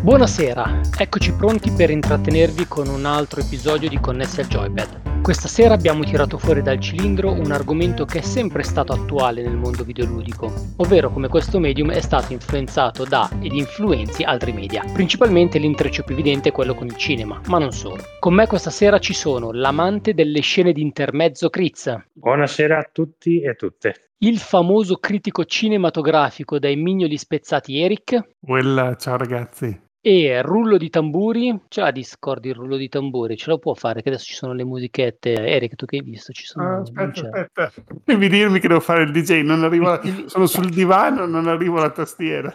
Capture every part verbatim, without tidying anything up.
Buonasera, eccoci pronti per intrattenervi con un altro episodio di Connessi al Joypad. Questa sera abbiamo tirato fuori dal cilindro un argomento che è sempre stato attuale nel mondo videoludico, ovvero come questo medium è stato influenzato da ed influenzi altri media. Principalmente l'intreccio più evidente è quello con il cinema, ma non solo. Con me questa sera ci sono l'amante delle scene di intermezzo Kriz, Buonasera a tutti e a tutte. il famoso critico cinematografico dai mignoli spezzati Eric, Quella, ciao ragazzi. e rullo di tamburi, ce l'ha Discord il rullo di tamburi, ce lo può fare che adesso ci sono le musichette. Eric, tu che hai visto? Ci sono, Ah, non aspetta, c'è. aspetta. Devi dirmi che devo fare il D J, non arrivo a- Il- sono sul divano, non arrivo alla tastiera.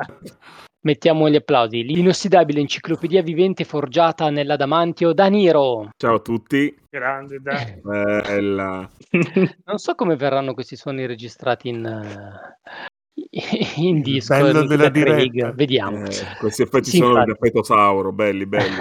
Mettiamo gli applausi. L'inossidabile enciclopedia vivente forgiata nell'adamantio Daniro. Ciao a tutti. Grande Dani. Bella. Non so come verranno questi suoni registrati in, eh, in Il Discord, bello mica della da Craig. diretta. Vediamo. Eh, questi effetti Sì, sono infatti. da petosauro, belli, belli.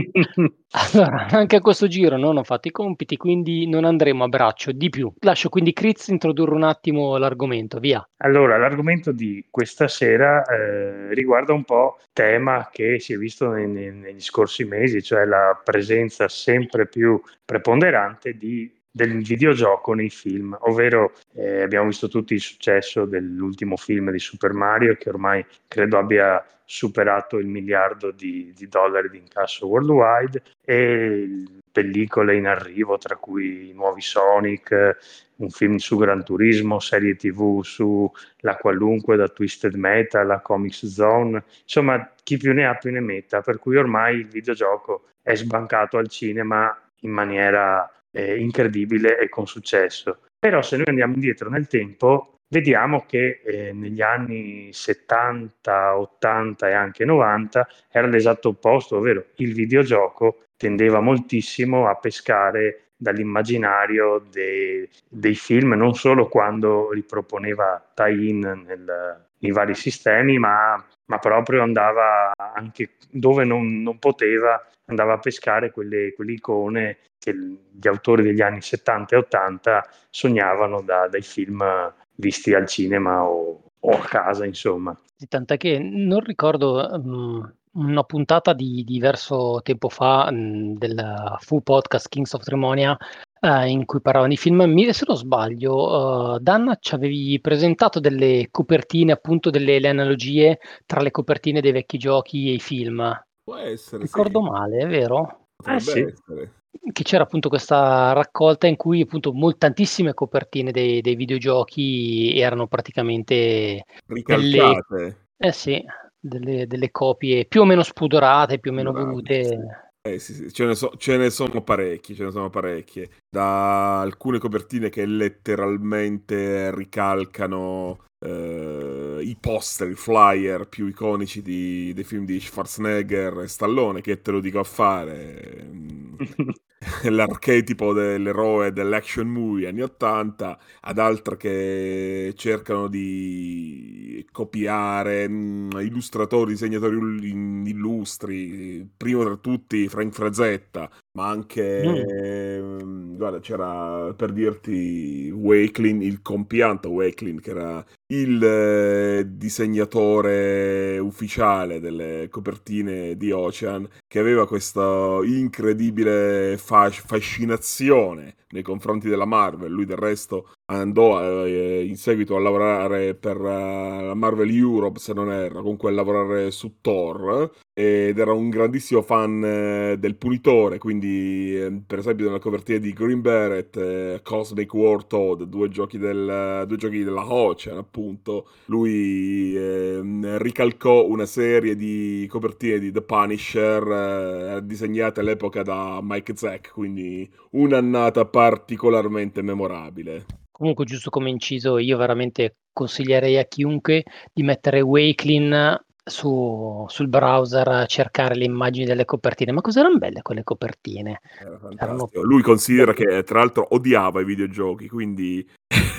Allora, anche a questo giro non ho fatto i compiti, quindi non andremo a braccio. Di più, lascio quindi Kriz introdurre un attimo l'argomento, via. Allora, l'argomento di questa sera eh, riguarda un po' tema che si è visto nei- nei- negli scorsi mesi, cioè la presenza sempre più preponderante di- del videogioco nei film, ovvero eh, abbiamo visto tutti il successo dell'ultimo film di Super Mario che ormai credo abbia superato il miliardo di, di dollari di incasso worldwide e pellicole in arrivo, tra cui i nuovi Sonic, un film su Gran Turismo, serie tivù su La Qualunque, da Twisted Metal, la Comics Zone, insomma chi più ne ha più ne metta, per cui ormai il videogioco è sbancato al cinema in maniera eh, incredibile e con successo. Però se noi andiamo indietro nel tempo, vediamo che eh, negli anni settanta, ottanta e anche novanta era l'esatto opposto, ovvero il videogioco tendeva moltissimo a pescare dall'immaginario de- dei film, non solo quando riproponeva tie-in nel- nei vari sistemi, ma, ma proprio andava anche dove non, non poteva, andava a pescare quelle, quelle icone che gli autori degli anni settanta e ottanta sognavano da- dai film visti al cinema o, o a casa, insomma. Sì, tant'è che non ricordo mm, una puntata di diverso tempo fa mm, del Fu Podcast Kings of Tremonia eh, in cui parlavano di film. Mi- se non sbaglio, eh, Danna ci avevi presentato delle copertine, appunto delle le analogie tra le copertine dei vecchi giochi e i film. Può essere, Ricordo sì. male, è vero? Ah, Potrebbe sì. essere. Che c'era appunto questa raccolta in cui appunto mol- tantissime copertine dei, dei videogiochi erano praticamente delle, Ricalcate. eh sì, delle, delle copie più o meno spudorate, più o meno Ignorabili, sì. volute. Eh sì, sì, ce ne, so- ce ne sono parecchi, ce ne sono parecchie. Da alcune copertine che letteralmente ricalcano eh, i poster, i flyer più iconici di- dei film di Schwarzenegger e Stallone, che te lo dico a fare. Mm, L'archetipo dell'eroe dell'action movie anni ottanta, ad altre che cercano di copiare mh, illustratori, disegnatori ul- illustri, primo tra tutti Frank Frazetta, ma anche, mh, guarda, c'era per dirti Wakelin, il compianto Wakelin, che era il eh, disegnatore ufficiale delle copertine di Ocean, che aveva questa incredibile fas- fascinazione nei confronti della Marvel. Lui del resto andò eh, in seguito a lavorare per eh, la Marvel Europe, se non erro, comunque a lavorare su Thor, ed era un grandissimo fan eh, del Punitore, quindi eh, per esempio nella copertina di Green Beret, eh, Cosmic War Toad, due giochi, del, due giochi della Ocean appunto, lui ehm, ricalcò una serie di copertine di The Punisher eh, disegnate all'epoca da Mike Zeck, quindi un'annata particolarmente memorabile. Comunque, giusto come inciso, io veramente consiglierei a chiunque di mettere Wakelin su, sul browser a cercare le immagini delle copertine. Ma cos'erano belle quelle copertine? Era Erano fantastico. Lui considera che tra l'altro odiava i videogiochi, quindi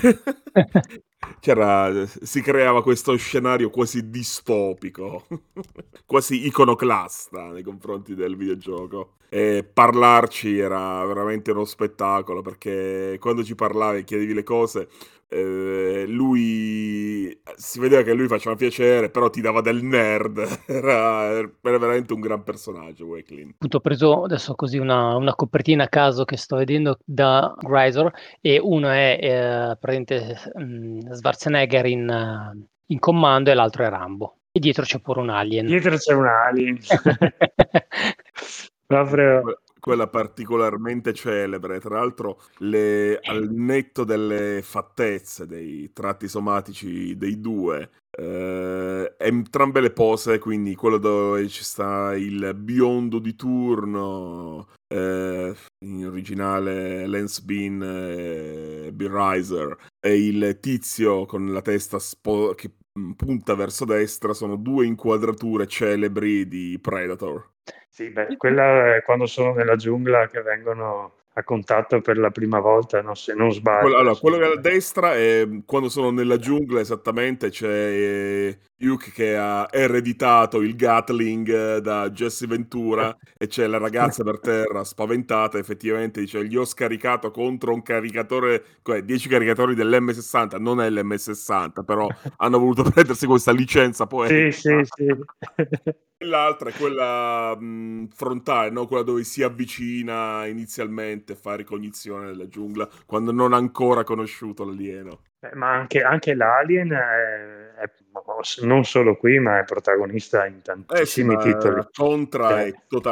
c'era, si creava questo scenario quasi distopico, quasi iconoclasta nei confronti del videogioco. E parlarci era veramente uno spettacolo, perché quando ci parlavi e chiedevi le cose, eh, lui si vedeva che lui faceva piacere, però ti dava del nerd. Era, era veramente un gran personaggio, Wakelin. Appunto ho preso adesso così una, una copertina a caso che sto vedendo da Grisor, e uno è eh, praticamente mh, Schwarzenegger in, eh, in comando, e l'altro è Rambo. E dietro c'è pure un alien. Dietro c'è un alien. Proprio... Que- quella particolarmente celebre, tra l'altro le- al netto delle fattezze dei tratti somatici dei due, eh, entrambe le pose, quindi quello dove ci sta il biondo di turno, eh, in originale Lance Bean e Bill Riser, e il tizio con la testa spo- che punta verso destra, sono due inquadrature celebri di Predator. Sì, beh, quella è quando sono nella giungla che vengono a contatto per la prima volta, no? Se non sbaglio. Quello, allora, quello che è insomma. a destra è quando sono nella giungla, esattamente, c'è eh, Hugh che ha ereditato il Gatling eh, da Jesse Ventura, e c'è la ragazza per terra spaventata, effettivamente dice: gli ho scaricato contro un caricatore, cioè dieci caricatori dell'emme sessanta, non è l'emme sessanta, però hanno voluto prendersi questa licenza poetica. Sì, sì, sì. E l'altra è quella mh, frontale, no? Quella dove si avvicina inizialmente, fa ricognizione nella giungla, quando non ha ancora conosciuto l'alieno. Eh, Ma anche, anche l'Alien è, è- non solo qui, ma è protagonista in Eh sì, tantissimi titoli. ma Contra Cioè, è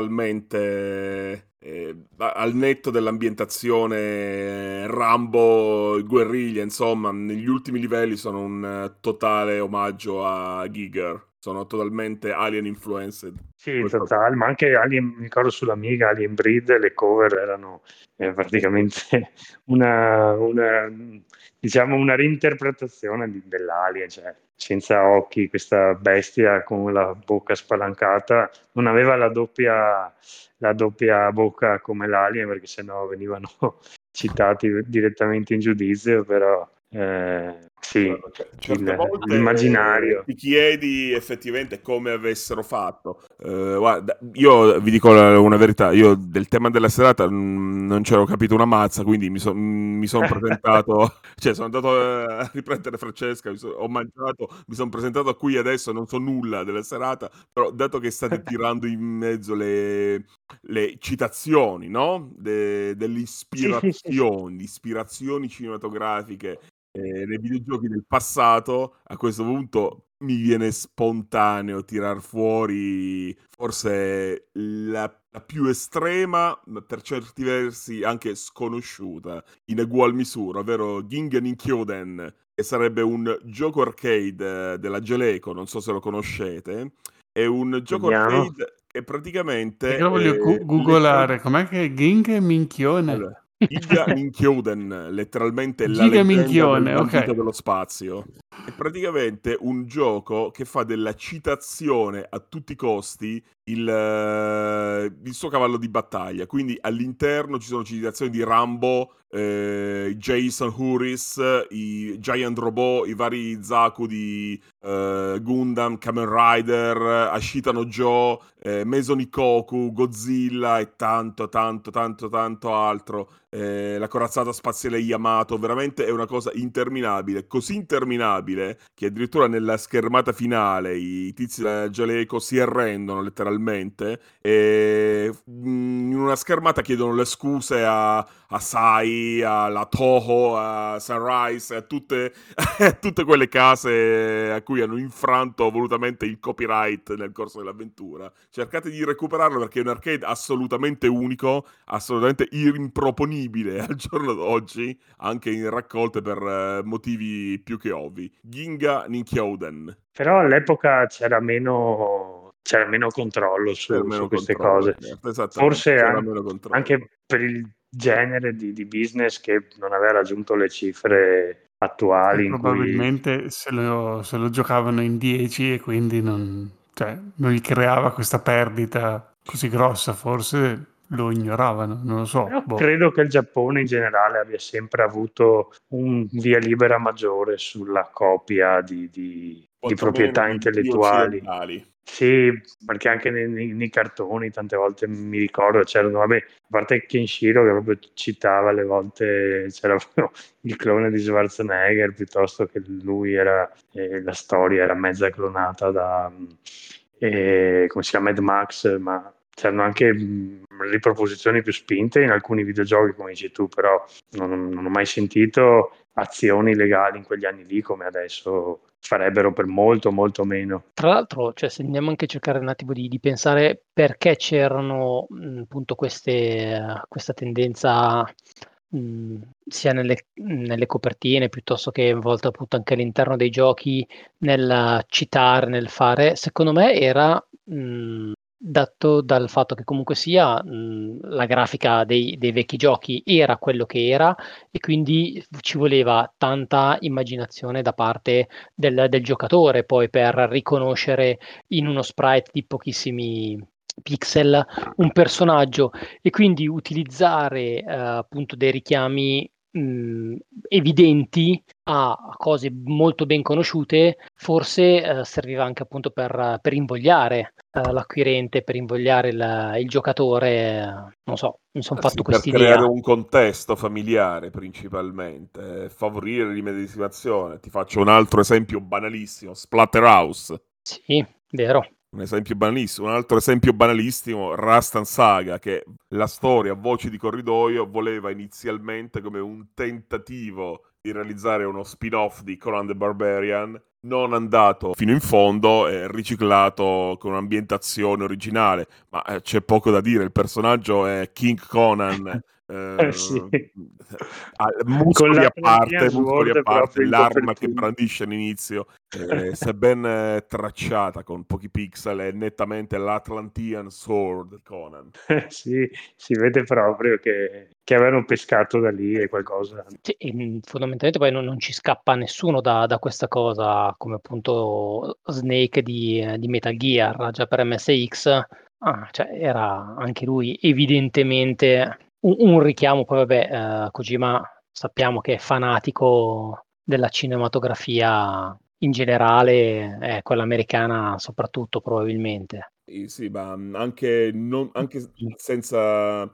totalmente eh, a- al netto dell'ambientazione, eh, Rambo, guerriglia, insomma, negli ultimi livelli sono un eh, totale omaggio a Giger, sono totalmente alien influenced. sì, Questo- totale, ma anche Alien, mi ricordo sull'Amiga, Alien Breed, le cover erano eh, praticamente una, una, diciamo, una reinterpretazione di- dell'Alien, cioè senza occhi, questa bestia con la bocca spalancata, non aveva la doppia, la doppia bocca come l'Alien, perché sennò venivano citati direttamente in giudizio, però eh, sì, Certe il- volte eh, l'immaginario. ti chiedi effettivamente come avessero fatto. Eh, guarda, io vi dico la- una verità, io del tema della serata mm, non c'ero capito una mazza, quindi mi, so- mm, mi sono presentato, cioè sono andato eh, a riprendere Francesca, mi so- ho mangiato, mi sono presentato qui adesso, non so nulla della serata, però dato che state tirando in mezzo le, le citazioni, no? De- delle Sì, sì, sì, sì. ispirazioni, ispirazioni cinematografiche eh, nei videogiochi del passato, a questo punto mi viene spontaneo tirar fuori forse la, la più estrema, ma per certi versi anche sconosciuta, in egual misura, ovvero Gingen in Kyoden, che sarebbe un gioco arcade eh, della Jaleco, non so se lo conoscete, è un gioco Vediamo. arcade che Perché praticamente lo voglio è gu- googolare. letteralmente... Com'è che è Ging e Minchione? Allora, Giga Minchioden, letteralmente la Giga leggenda del Minchione, bandito ok. dello spazio. È praticamente un gioco che fa della citazione a tutti i costi il, eh, il suo cavallo di battaglia. Quindi all'interno ci sono citazioni di Rambo, eh, Jason Huris, i Giant Robot, i vari Zaku di eh, Gundam, Kamen Rider, Ashita no Joe, eh, Meson Ikoku, Godzilla e tanto, tanto, tanto, tanto altro. Eh, la corazzata spaziale Yamato, veramente è una cosa interminabile, così interminabile che addirittura nella schermata finale i tizi della Jaleco si arrendono letteralmente e mm, in una schermata chiedono le scuse a, a Sai, alla Toho, a Sunrise, a tutte, a tutte quelle case a cui hanno infranto volutamente il copyright nel corso dell'avventura. Cercate di recuperarlo perché è un arcade assolutamente unico, assolutamente improponibile al giorno d'oggi, anche in raccolte per eh, motivi più che ovvi. Ginga Ninkyouden. Però all'epoca c'era meno, c'era meno controllo Per su, su meno queste controllo, cose. certo, esattamente, Forse c'era an- meno controllo. anche per il genere di, di business che non aveva raggiunto le cifre E attuali in cui... probabilmente se lo, se lo giocavano in dieci e quindi non, cioè, non gli creava questa perdita così grossa, forse lo ignoravano, non lo so. Però Boh. credo che il Giappone in generale abbia sempre avuto un via libera maggiore sulla copia di, di- di proprietà Quantomeno di, di intellettuali. occidentali. Sì, perché anche nei, nei- nei cartoni tante volte mi ricordo c'erano, vabbè, a parte Kenshiro che proprio citava alle volte, c'era proprio il clone di Schwarzenegger piuttosto che lui era, eh, la storia era mezza clonata da, mm, eh, come si chiama, Mad Max, ma c'erano anche mm, riproposizioni più spinte in alcuni videogiochi, come dici tu, però non, non ho mai sentito azioni legali in quegli anni lì come adesso farebbero per molto molto meno. Tra l'altro, cioè, se andiamo anche a cercare un attimo di, di pensare perché c'erano mh, appunto queste, eh, questa tendenza mh, sia nelle, nelle copertine piuttosto che a volte appunto anche all'interno dei giochi nel citare, nel fare, secondo me era mh, dato dal fatto che comunque sia mh, la grafica dei, dei vecchi giochi era quello che era e quindi ci voleva tanta immaginazione da parte del, del giocatore poi per riconoscere in uno sprite di pochissimi pixel un personaggio e quindi utilizzare eh, appunto dei richiami mh, evidenti a cose molto ben conosciute forse eh, serviva anche appunto per, per invogliare eh, l'acquirente, per invogliare il, il giocatore, eh, non so, mi sono Eh fatto sì, per creare quest'idea. un contesto familiare principalmente, eh, favorire l'immedesimazione. Ti faccio un altro esempio banalissimo, Splatterhouse. Sì, vero. Un esempio banalissimo, un altro esempio banalissimo, Rastan Saga, che la storia a voci di corridoio voleva inizialmente come un tentativo di realizzare uno spin-off di Conan the Barbarian, non andato fino in fondo e riciclato con un'ambientazione originale, ma eh, c'è poco da dire, il personaggio è King Conan, Eh, sì. eh, ah, Con muscoli a l'Atlantean parte, muscoli a Sword parte, proprio in l'arma che copertina. brandisce all'inizio, eh, sebbene eh, tracciata con pochi pixel, è nettamente l'Atlantean Sword di Conan. Eh, sì, si vede proprio che, che avevano pescato da lì e qualcosa. Sì, e, mh, fondamentalmente poi non, non ci scappa nessuno da, da questa cosa, come appunto Snake di, eh, di Metal Gear, già per M S X, ah, cioè era anche lui evidentemente un, un richiamo, poi vabbè, eh, Kojima sappiamo che è fanatico della cinematografia in generale, eh, quella americana soprattutto probabilmente. Sì, sì, ma mm, anche, non- anche senza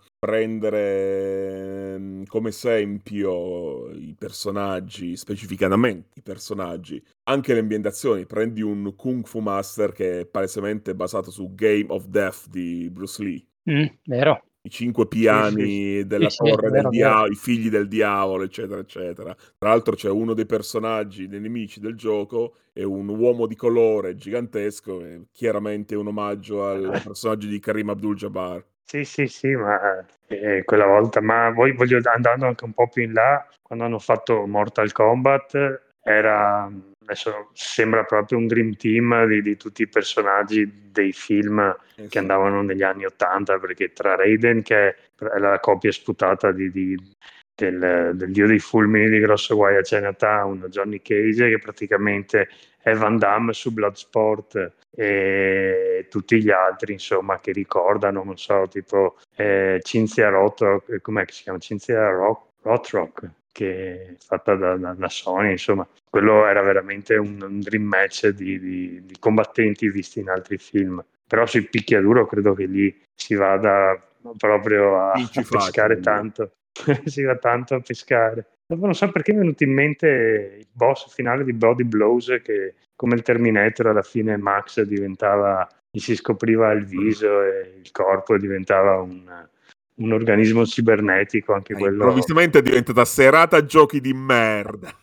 prendere mm, come esempio i personaggi, specificatamente i personaggi, anche le ambientazioni. Prendi un Kung Fu Master che è palesemente basato su Game of Death di Bruce Lee. Mm, vero? I cinque Sì, sì, piani Sì, della sì, torre del vero, vero. diavolo, i figli del diavolo, eccetera, eccetera. Tra l'altro c'è uno dei personaggi, dei nemici del gioco, è un uomo di colore gigantesco, che chiaramente è un omaggio al personaggio di Karim Abdul-Jabbar. sì, sì, sì, ma eh, quella volta, ma poi voglio andando anche un po' più in là, quando hanno fatto Mortal Kombat, era, adesso sembra proprio un dream team di, di tutti i personaggi dei film Eh che sì. andavano negli anni Ottanta, perché tra Raiden, che è la copia sputata di, di- del, del dio dei fulmini di grosso guai a Chinatown, Johnny Cage, che praticamente è Van Damme su Bloodsport, e tutti gli altri, insomma, che ricordano, non so, tipo eh, Cinzia Rothrock, com'è che si chiama? Cinzia Rock, Rothrock, che è fatta da, da, da Sony, insomma, quello era veramente un, un dream match di, di, di combattenti visti in altri film. Però sui picchiaduro credo che lì si vada proprio a, Vinci a facile pescare lì. tanto, si va tanto a pescare. Dopo non so perché mi è venuto in mente il boss finale di Body Blows, che come il Terminator alla fine Max diventava, gli si scopriva il viso e il corpo diventava un, un organismo cibernetico, anche Eh, quello. improvvisamente è diventata serata giochi di merda.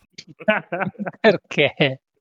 Perché?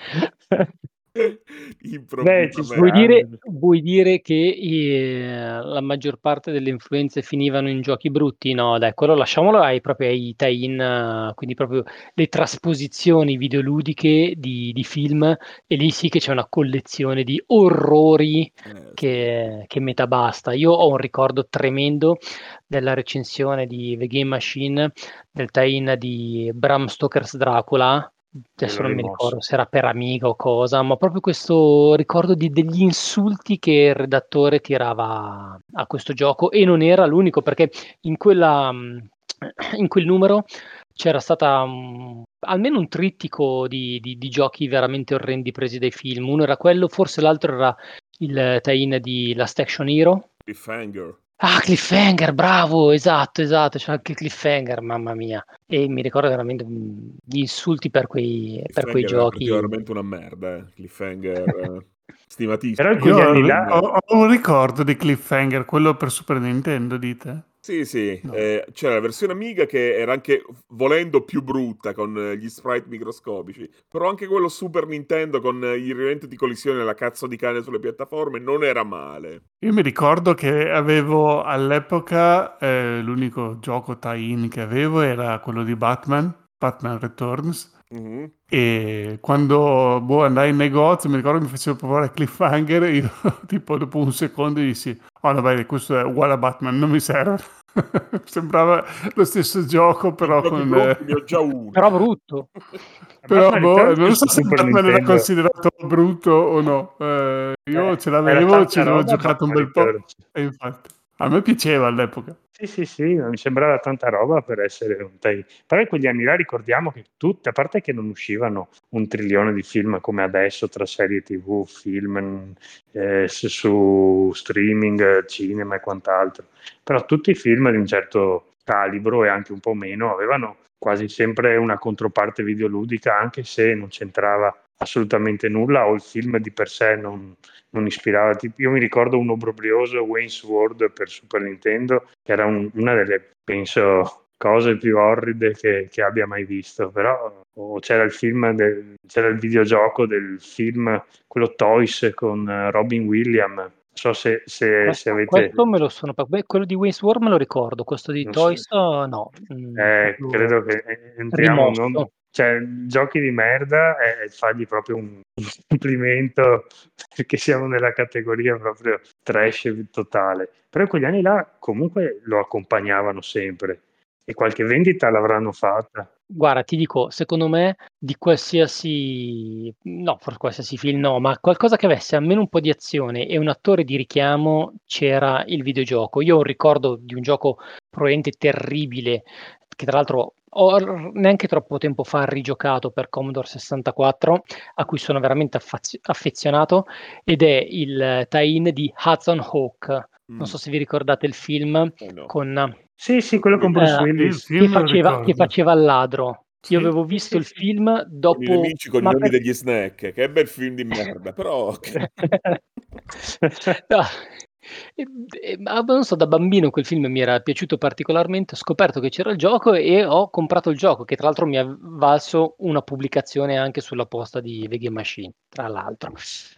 Beh, ci sta. Vuoi dire, Improvvisamente. vuoi dire che eh, la maggior parte delle influenze finivano in giochi brutti? No, dai, quello lasciamolo ai, proprio ai tie-in, eh, quindi proprio le trasposizioni videoludiche di, di film, e lì sì che c'è una collezione di orrori Eh, sì. che, che metà basta. Io ho un ricordo tremendo della recensione di The Game Machine del tie-in di Bram Stoker's Dracula. Io Adesso l'ho non mi rimosso. ricordo se era per Amiga o cosa, ma proprio questo ricordo di- degli insulti che il redattore tirava a questo gioco, e non era l'unico, perché in quella, mh, in quel numero c'era stata mh, almeno un trittico di, di- di giochi veramente orrendi presi dai film. Uno era quello, forse l'altro era il tie-in di Last Action Hero. Cliffhanger. Ah, Cliffhanger, bravo, esatto, esatto, c'è anche Cliffhanger, mamma mia. E mi ricordo veramente mm, gli insulti per quei, per quei Cliffhanger era giochi. particolarmente una merda, eh. Cliffhanger eh, stimatissimo. Però in Io quegli anni ho, là, ho- ho un ricordo di Cliffhanger, quello per Super Nintendo, dite? Sì, sì, No. eh, c'era la versione Amiga che era anche, volendo, più brutta con eh, gli sprite microscopici, però anche quello Super Nintendo con eh, il rievento di collisione e la cazzo di cane sulle piattaforme non era male. Io mi ricordo che avevo all'epoca eh, l'unico gioco tie-in che avevo era quello di Batman, Batman Returns. Mhm. E quando boh, andai in negozio, mi ricordo che mi facevo provare Cliffhanger e io tipo dopo un secondo dissi oh no beh, questo è uguale a Batman, non mi serve. Sembrava lo stesso gioco I però giochi con... brutti eh, ne ho già uno. Però brutto. Però Batman boh, Returns non su so se Super Batman era Nintendo considerato brutto o no. Eh, io eh, ce era l'avevo, ci tanta avevo roba giocato un Batman bel po' Returns. e infatti a me piaceva all'epoca. Sì, sì, sì, mi sembrava tanta roba per essere un tie. Però in quegli anni là ricordiamo che tutte, a parte che non uscivano un trilione di film come adesso tra serie tivù, film, eh, su su streaming, cinema e quant'altro, però tutti i film di un certo calibro e anche un po' meno avevano quasi sempre una controparte videoludica, anche se non c'entrava assolutamente nulla o il film di per sé non, non ispirava. Tipo, io mi ricordo un obbrobrioso Wayne's World per Super Nintendo, che era un- una delle, penso, cose più orride che, che abbia mai visto. Però o c'era il film, del- c'era il videogioco del film, quello Toys con eh, Robin Williams. Non so se, se, se Questo, avete. questo me lo sono... Beh, quello di Wayne's World me lo ricordo, questo di Non so. Toys oh, no, mm, Eh, proprio credo che eh, entriamo, non, rimosso. cioè, giochi di merda e fargli proprio un complimento perché siamo nella categoria proprio trash totale. Però in quegli anni là comunque lo accompagnavano sempre e qualche vendita l'avranno fatta. Guarda, ti dico, secondo me di qualsiasi, no, forse qualsiasi film no, ma qualcosa che avesse almeno un po' di azione e un attore di richiamo c'era il videogioco. Io ho un ricordo di un gioco probabilmente terribile, che tra l'altro ho r- neanche troppo tempo fa rigiocato per Commodore sessantaquattro, a cui sono veramente affaz- affezionato, ed è il tie-in di Hudson Hawk. Non Mm, so se vi ricordate il film eh no. con Sì, sì, quello con Bruce eh, Sì, il Willis. che film me lo faceva, che ricordo. faceva il ladro. Io Sì. avevo Sì, visto sì, il sì. film Con i dopo, nemici con i ma nomi per... degli snack, che bel film di merda, però ok. No. E- e- ma non so, da bambino quel film mi era piaciuto particolarmente. Ho scoperto che c'era il gioco e ho comprato il gioco, che tra l'altro mi ha valso una pubblicazione anche sulla posta di The Game Machine, tra l'altro.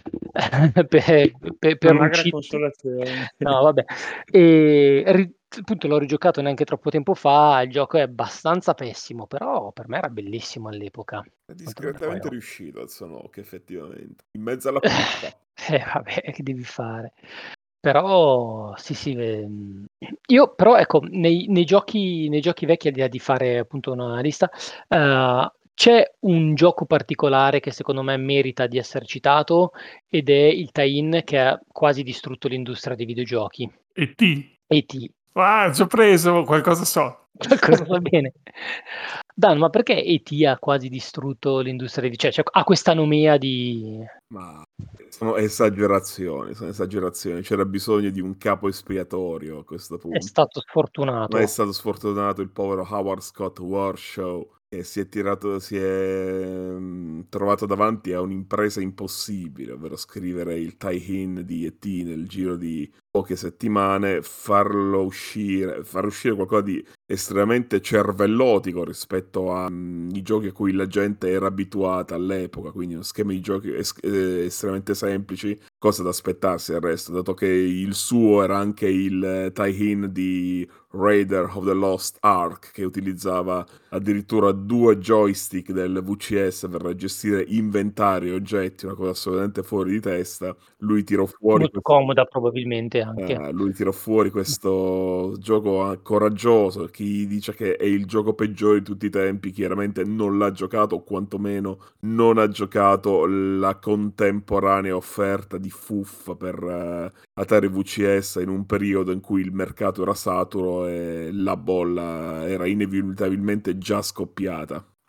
per, per, Una per un magra cheat. consolazione. No, vabbè. E ri- appunto l'ho rigiocato neanche troppo tempo fa. Il gioco è abbastanza pessimo, però per me era bellissimo all'epoca. È Quantomeno poi discretamente no. riuscito al Sonok, effettivamente. In mezzo alla puzza. Eh, vabbè, che devi fare? Però sì, sì, ehm, io però ecco, nei, nei giochi, nei giochi vecchi, al di là di fare appunto una lista, eh, c'è un gioco particolare che secondo me merita di essere citato ed è il tie-in che ha quasi distrutto l'industria dei videogiochi. E T. E ti Ah, ci ho preso, qualcosa so. qualcosa va bene. Dan, ma perché E T ha quasi distrutto l'industria dei cioè, cioè ha questa nomea di... Ma sono esagerazioni, sono esagerazioni. C'era bisogno di un capo espiatorio a questo È punto. stato Ma è sfortunato. stato sfortunato il povero Howard Scott Warshaw che si è tirato, si è mm, trovato davanti a un'impresa impossibile, ovvero scrivere il tie-in di E T nel giro di poche settimane, farlo uscire, far uscire qualcosa di estremamente cervellotico rispetto ai giochi a cui la gente era abituata all'epoca, quindi uno schema di giochi es- eh, estremamente semplici, cosa da aspettarsi del resto, dato che il suo era anche il eh, tie-in di Raider of the Lost Ark, che utilizzava addirittura due joystick del V C S per gestire inventari e oggetti, una cosa assolutamente fuori di testa. Lui tirò fuori Molto questo, comoda probabilmente anche. eh, lui tirò fuori questo gioco eh, coraggioso. Chi dice che è il gioco peggiore di tutti i tempi, chiaramente non l'ha giocato, o quantomeno non ha giocato la contemporanea offerta di fuffa per eh, Atari V C S in un periodo in cui il mercato era saturo e la bolla era inevitabilmente già scoppiata.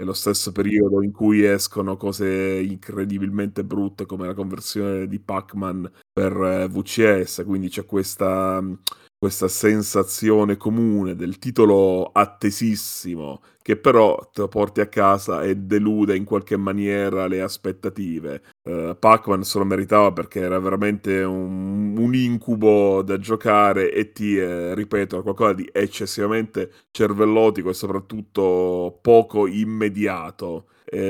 è lo stesso periodo in cui escono cose incredibilmente brutte come la conversione di Pac-Man per eh, V C S, quindi c'è questa, questa sensazione comune del titolo attesissimo che però te lo porti a casa e delude in qualche maniera le aspettative. Uh, Pac-Man se lo meritava perché era veramente un, un incubo da giocare e ti, eh, ripeto, qualcosa di eccessivamente cervellotico e soprattutto poco immediato.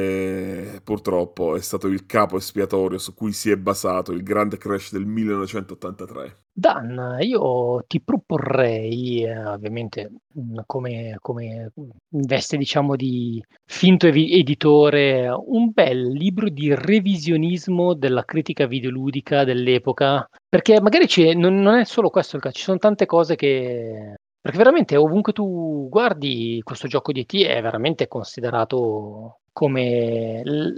E purtroppo è stato il capo espiatorio su cui si è basato il grande crash del millenovecentottantatré. Dan, io ti proporrei, eh, ovviamente mh, come, come in veste diciamo di finto evi- editore, un bel libro di revisionismo della critica videoludica dell'epoca, perché magari ci- non, non è solo questo il caso, ci sono tante cose che... Perché veramente ovunque tu guardi questo gioco di E T è veramente considerato come l-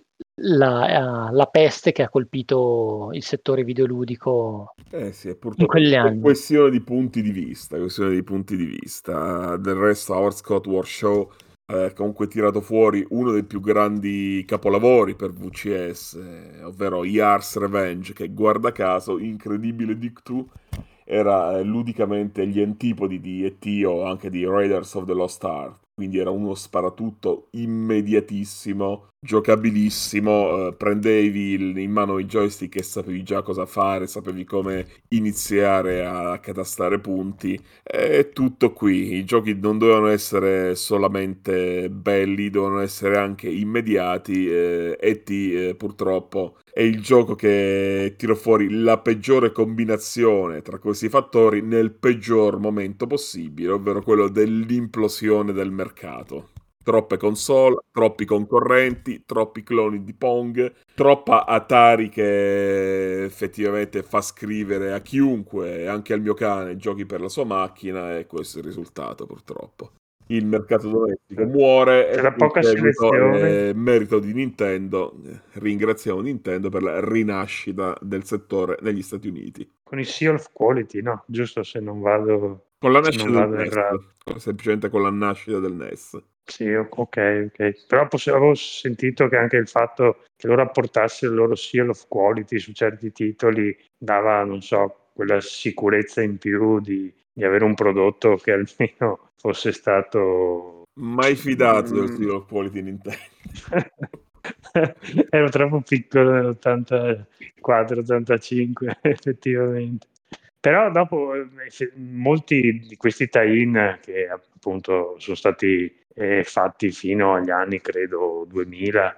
la, eh, la peste che ha colpito il settore videoludico Eh sì, è in purtroppo quegli è anni. questione di punti di vista, questione di punti di vista. Del resto, Howard Scott Warshaw ha comunque tirato fuori uno dei più grandi capolavori per V C S, eh, ovvero Yar's Revenge, che guarda caso, incredibile Dick due, era eh, ludicamente gli antipodi di E T o anche di Raiders of the Lost Ark. Quindi era uno sparatutto immediatissimo, giocabilissimo, eh, prendevi il- in mano i joystick e sapevi già cosa fare, sapevi come iniziare a catastare punti. È tutto qui, i giochi non dovevano essere solamente belli, dovevano essere anche immediati. eh, E T eh, purtroppo è il gioco che tira fuori la peggiore combinazione tra questi fattori nel peggior momento possibile, ovvero quello dell'implosione del mercato. Troppe console, troppi concorrenti, troppi cloni di Pong, troppa Atari che effettivamente fa scrivere a chiunque, anche al mio cane, giochi per la sua macchina, e questo è il risultato purtroppo. Il mercato domestico muore e C'era in poca seguito selezione. è merito di Nintendo. Ringraziamo Nintendo per la rinascita del settore negli Stati Uniti. Con i Seal of Quality, no? Giusto se non vado, Con la se non nascita del vado errato. N E S, semplicemente con la nascita del N E S. Sì, o- ok, ok. Però poss- avevo sentito che anche il fatto che loro apportassero il loro Seal of Quality su certi titoli dava, non so, quella sicurezza in più di, di avere un prodotto che almeno fosse stato... Mai fidato del Mm. Seal of Quality Nintendo. Ero troppo piccolo nell'ottantaquattro ottantacinque, effettivamente. Però dopo eh, se- molti di questi tie-in che appunto sono stati eh, fatti fino agli anni, credo, duemila,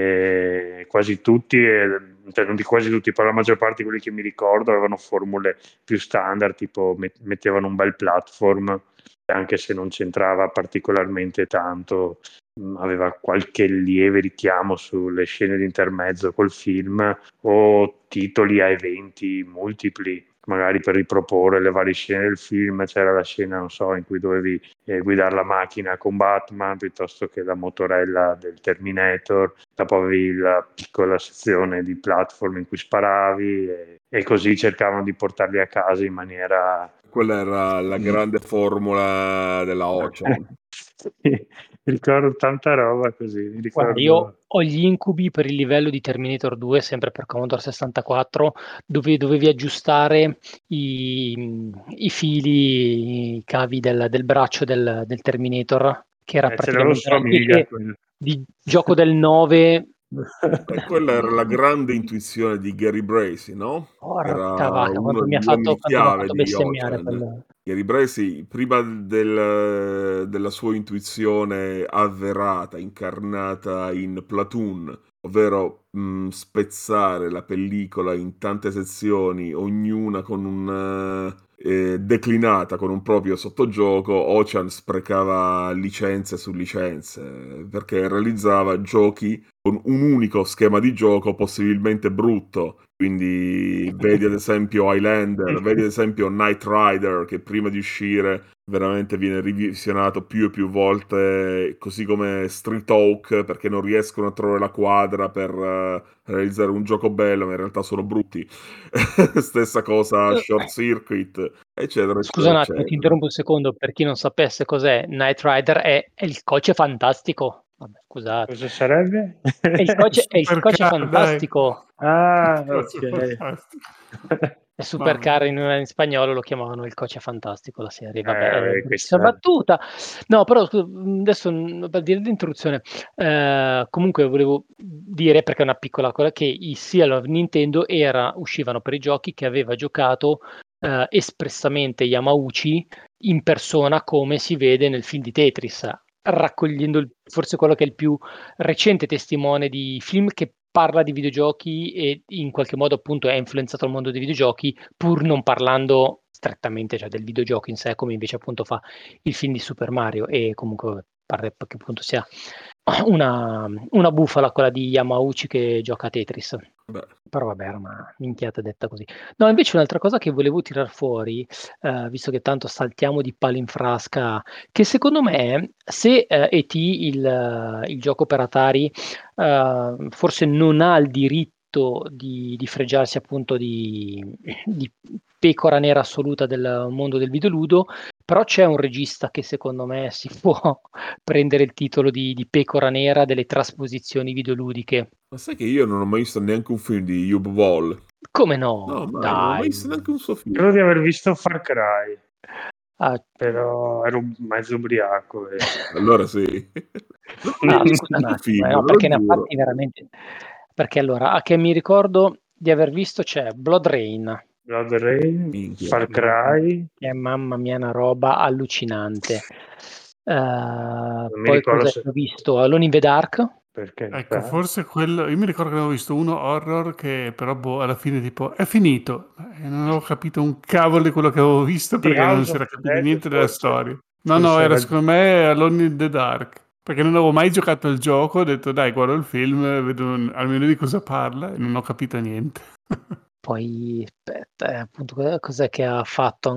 eh, quasi tutti, eh, cioè non di quasi tutti, però la maggior parte di quelli che mi ricordo avevano formule più standard, tipo met- mettevano un bel platform, anche se non c'entrava particolarmente tanto, mh, aveva qualche lieve richiamo sulle scene di intermezzo col film o titoli a eventi multipli, magari per riproporre le varie scene del film. C'era la scena, non so, in cui dovevi eh, guidare la macchina con Batman piuttosto che la motorella del Terminator, dopo avevi la piccola sezione di platform in cui sparavi e, e così cercavano di portarli a casa in maniera... Quella era la Mm. grande formula della Ocean. Sì, mi ricordo tanta roba così, mi Guarda, io ricordo... ho gli incubi per il livello di Terminator due, sempre per Commodore sessantaquattro, dove dovevi aggiustare i, i fili, i cavi del, del braccio del, del Terminator, che era Eh, ce l'avevo praticamente su una Amiga. specie di gioco del nove. E quella era la grande intuizione di Gary Bracey, no? Porca Era vacca, uno quanto mi ha degli fatto, uomini quanto mi ha chiave fatto di bestemmiare Ocean. quel... Gary Bracey, prima del- della sua intuizione avverata, incarnata in Platoon, ovvero mh, spezzare la pellicola in tante sezioni, ognuna con un... eh, declinata con un proprio sottogioco, Ocean sprecava licenze su licenze perché realizzava giochi con un unico schema di gioco possibilmente brutto. Quindi vedi ad esempio Highlander, vedi ad esempio Knight Rider, che prima di uscire veramente viene rivisionato più e più volte, così come Street Hawk, perché non riescono a trovare la quadra per uh, realizzare un gioco bello, ma in realtà sono brutti. Stessa cosa Short Circuit, eccetera, Scusa eccetera, un attimo, ti eccetera. interrompo un secondo, per chi non sapesse cos'è Knight Rider, è, è il coach fantastico. Vabbè, scusate. Cosa sarebbe? È il coce, è il coce Supercar, dai. fantastico. Ah, Coce ok. fantastico. È Supercar Mamma in, mia. in spagnolo lo chiamavano il coce fantastico la serie, vabbè, Eh, è vabbè, bruttissima questa... battuta. No, però scusa, mh, adesso mh, per dire l'introduzione, eh, comunque volevo dire, perché è una piccola cosa, che i Seal of Nintendo era, uscivano per i giochi che aveva giocato eh, espressamente Yamauchi in persona, come si vede nel film di Tetris, raccogliendo il- forse quello che è il più recente testimone di film che parla di videogiochi e in qualche modo appunto è influenzato al mondo dei videogiochi, pur non parlando strettamente, cioè, del videogioco in sé, come invece appunto fa il film di Super Mario. E comunque pare che appunto sia una, una bufala quella di Yamauchi che gioca a Tetris. Beh, Però vabbè, era una minchiata detta così. No, invece un'altra cosa che volevo tirar fuori, eh, visto che tanto saltiamo di palo in frasca, che secondo me se eh, E T, il, eh, il gioco per Atari, eh, forse non ha il diritto di, di fregiarsi appunto di, di pecora nera assoluta del mondo del videoludo, però c'è un regista che secondo me si può prendere il titolo di, di pecora nera delle trasposizioni videoludiche. ma sai che io non ho mai visto neanche un film di Hugh Ball? Come No, no? mai, non ho mai Dai. visto neanche un suo film. Credo di aver visto Far Cry, Ah, però ero mezzo ubriaco. E... Allora sì. Non ho mai ah, visto scusa un un attimo, eh, film, no, ve lo perché ne ha giuro. fatti veramente. Perché allora, a che mi ricordo di aver visto c'è Blood Rain, Blood Rain, Minchia. Far mamma, Cry, che mamma mia, una roba allucinante. Eh, non mi poi ricordo cosa se... ho visto? Alone in the Dark? perché... Ecco, beh, forse quello. Io mi ricordo che avevo visto uno horror che però boh, alla fine tipo è finito. E non avevo capito un cavolo di quello che avevo visto The perché non House si of era the capito Dead, niente della forse. storia. No, no, Forse era era... secondo me Alone in the Dark. Perché non avevo mai giocato al gioco, ho detto dai, guardo il film, vedo un- almeno di cosa parla e non ho capito niente. Poi, aspetta, eh, appunto, cos'è cos'è che ha fatto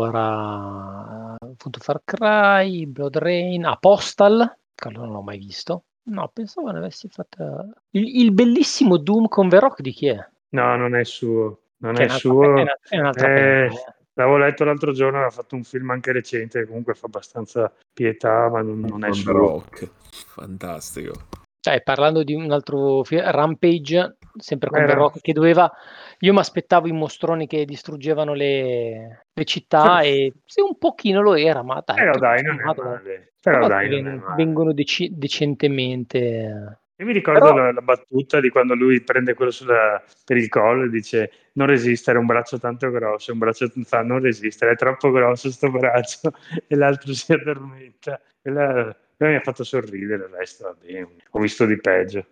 ancora? Appunto Far Cry, Blood Rain, ah, Postal, che allora non l'ho mai visto. No, pensavo ne avessi fatta. Il, il bellissimo Doom con The Rock di chi è? No, non è suo, non Che è è un'altra, pe- è suo. una- è un'altra Eh, penna, eh. l'avevo letto l'altro giorno, aveva fatto un film anche recente, che comunque fa abbastanza pietà, ma non, non è Con The suo. Rock. Fantastico. Cioè, parlando di un altro film, Rampage, sempre con The Era... Rock, che doveva. Io mi aspettavo i mostroni che distruggevano le, le città, e sì, un pochino lo era, ma dai, Però tutto dai, non è sommato, male. a Però volte dai, non è ven- male. vengono deci- decentemente. Io mi ricordo Però la, la battuta di quando lui prende quello sulla- per il collo e dice non resistere, un braccio tanto grosso, un braccio fa non resistere, è troppo grosso sto braccio e l'altro si addormenta. Quella, quella mi ha fatto sorridere, il resto va bene, ho visto di peggio.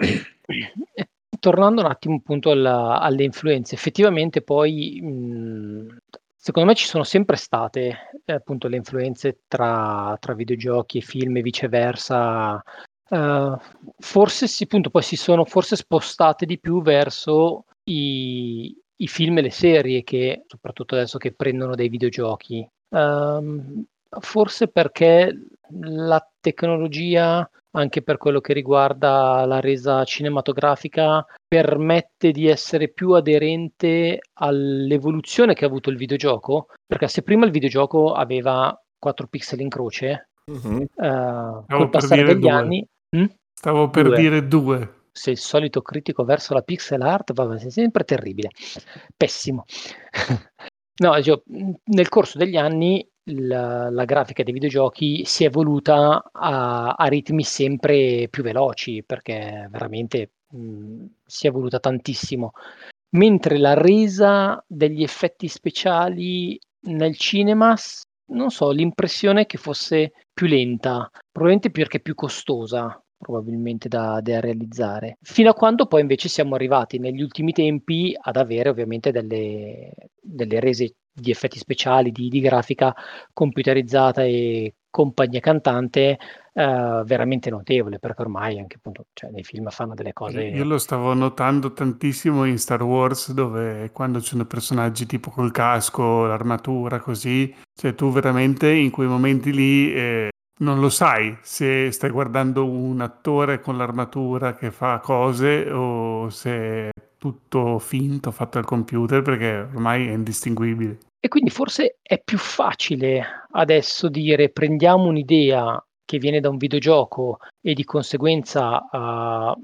E tornando un attimo appunto alla- alle influenze, effettivamente poi mh, secondo me ci sono sempre state eh, appunto le influenze tra, tra videogiochi e film e viceversa. Eh, forse si, appunto, poi si sono forse spostate di più verso i, i film e le serie, che soprattutto adesso che prendono dei videogiochi. Ehm, forse perché la tecnologia, anche per quello che riguarda la resa cinematografica, permette di essere più aderente all'evoluzione che ha avuto il videogioco, perché se prima il videogioco aveva quattro pixel in croce, Mhm. eh, Stavo col per passare dire degli due. anni. hm? Stavo per Due. dire due. Sei il solito critico verso la pixel art, vabbè, sei sempre terribile, pessimo. No, dicevo, mh, nel corso degli anni la, la grafica dei videogiochi si è evoluta a, a ritmi sempre più veloci, perché veramente mh, si è evoluta tantissimo. Mentre la resa degli effetti speciali nel cinema, s- non so, l'impressione è che fosse più lenta, probabilmente perché più costosa, probabilmente da, da realizzare. Fino a quando poi invece siamo arrivati negli ultimi tempi ad avere ovviamente delle, delle rese di effetti speciali, di, di grafica computerizzata e compagnia cantante eh, veramente notevole, perché ormai anche appunto, cioè, nei film fanno delle Io cose. lo stavo notando tantissimo in Star Wars, dove quando ci sono personaggi tipo col casco, l'armatura, così, cioè tu veramente in quei momenti lì eh, non lo sai se stai guardando un attore con l'armatura che fa cose o se è tutto finto, fatto al computer, perché ormai è indistinguibile. E quindi forse è più facile adesso dire prendiamo un'idea che viene da un videogioco e di conseguenza uh,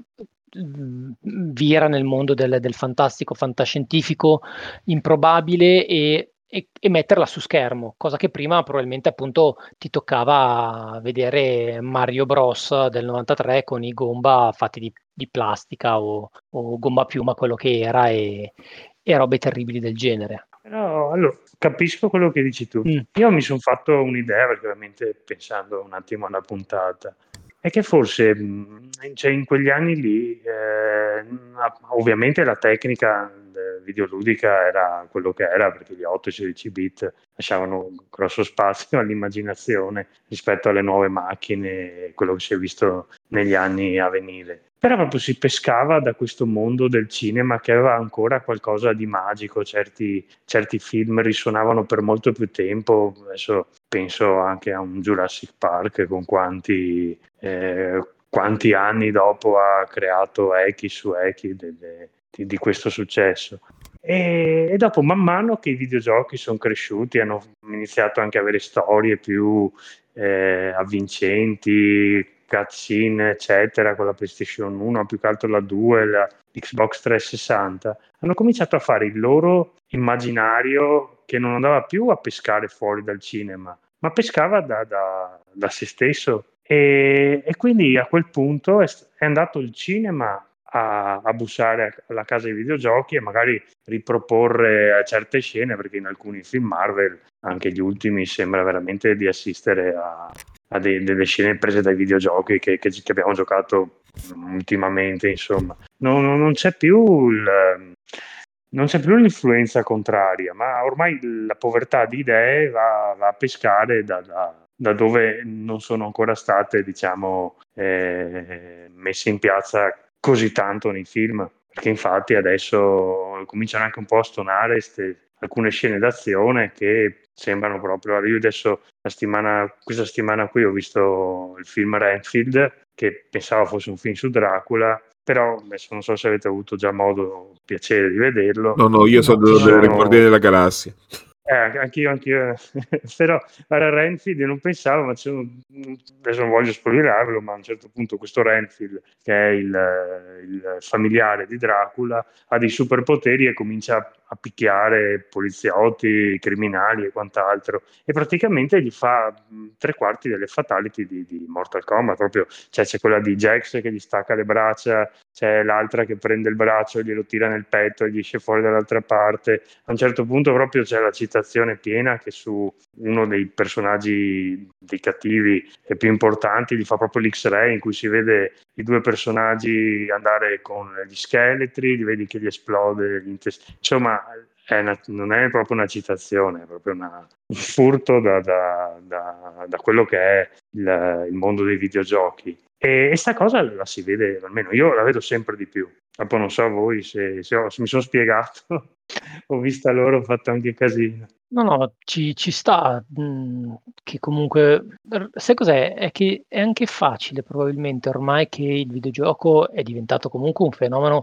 vira nel mondo del, del fantastico, fantascientifico, improbabile e, e, e metterla su schermo, cosa che prima probabilmente appunto ti toccava vedere Mario Bros del novantatré con i Gomba fatti di, di plastica o, o gomma piuma, quello che era, e, e robe terribili del genere. No, allora, capisco quello che dici tu. Mm. Io mi sono fatto un'idea, perché ovviamente pensando un attimo alla puntata, è che forse mh, cioè in quegli anni lì, eh, ovviamente la tecnica videoludica era quello che era, perché gli otto e sedici bit lasciavano un grosso spazio all'immaginazione rispetto alle nuove macchine, quello che si è visto negli anni a venire. Però proprio si pescava da questo mondo del cinema che aveva ancora qualcosa di magico, certi, certi film risuonavano per molto più tempo. Adesso penso anche a un Jurassic Park con quanti, eh, quanti anni dopo ha creato echi su echi delle, di, di questo successo. E, e dopo, man mano che i videogiochi sono cresciuti, hanno iniziato anche a avere storie più eh, avvincenti, cutscene eccetera, con la PlayStation uno, più che altro la due, la Xbox trecentosessanta, hanno cominciato a fare il loro immaginario che non andava più a pescare fuori dal cinema, ma pescava da, da, da se stesso. E, e quindi a quel punto è, è andato il cinema a, a bussare alla casa dei videogiochi e magari riproporre certe scene, perché in alcuni film Marvel, anche gli ultimi, sembra veramente di assistere a, a de- delle scene prese dai videogiochi che, che, che abbiamo giocato ultimamente, insomma. Non, non, non c'è più il, non c'è più l'influenza contraria, ma ormai la povertà di idee va, va a pescare da, da, da dove non sono ancora state, diciamo, eh, messe in piazza così tanto nei film, perché infatti adesso cominciano anche un po' a stonare ste, alcune scene d'azione che sembrano proprio. Io adesso la settimana, questa settimana qui ho visto il film Renfield, che pensavo fosse un film su Dracula, però adesso non so se avete avuto già modo, piacere di vederlo. No, no, io so Ci delle sono... Guardiani della Galassia. Eh, anch'io, anch'io. Però era Renfield, io non pensavo, ma c'è un... adesso non voglio spoilerarvelo, ma a un certo punto questo Renfield, che è il, il familiare di Dracula, ha dei superpoteri e comincia a picchiare poliziotti, criminali e quant'altro, e praticamente gli fa tre quarti delle fatality di, di Mortal Kombat. Proprio, cioè, c'è quella di Jax che gli stacca le braccia, c'è l'altra che prende il braccio e glielo tira nel petto e gli esce fuori dall'altra parte. A un certo punto proprio c'è la citazione piena che su uno dei personaggi, dei cattivi più importanti, gli fa proprio l'X-ray in cui si vede i due personaggi andare con gli scheletri, li vedi che gli esplode l'intestino. Insomma, è una, non è proprio una citazione, è proprio una, un furto da, da, da, da quello che è il, il mondo dei videogiochi. E questa cosa la si vede, almeno io la vedo sempre di più. Dopo non so voi se, se, ho, se mi sono spiegato, ho visto loro, ho fatto anche casino. No, no, ci, ci sta, mh, che comunque, sai cos'è? È che è anche facile probabilmente ormai che il videogioco è diventato comunque un fenomeno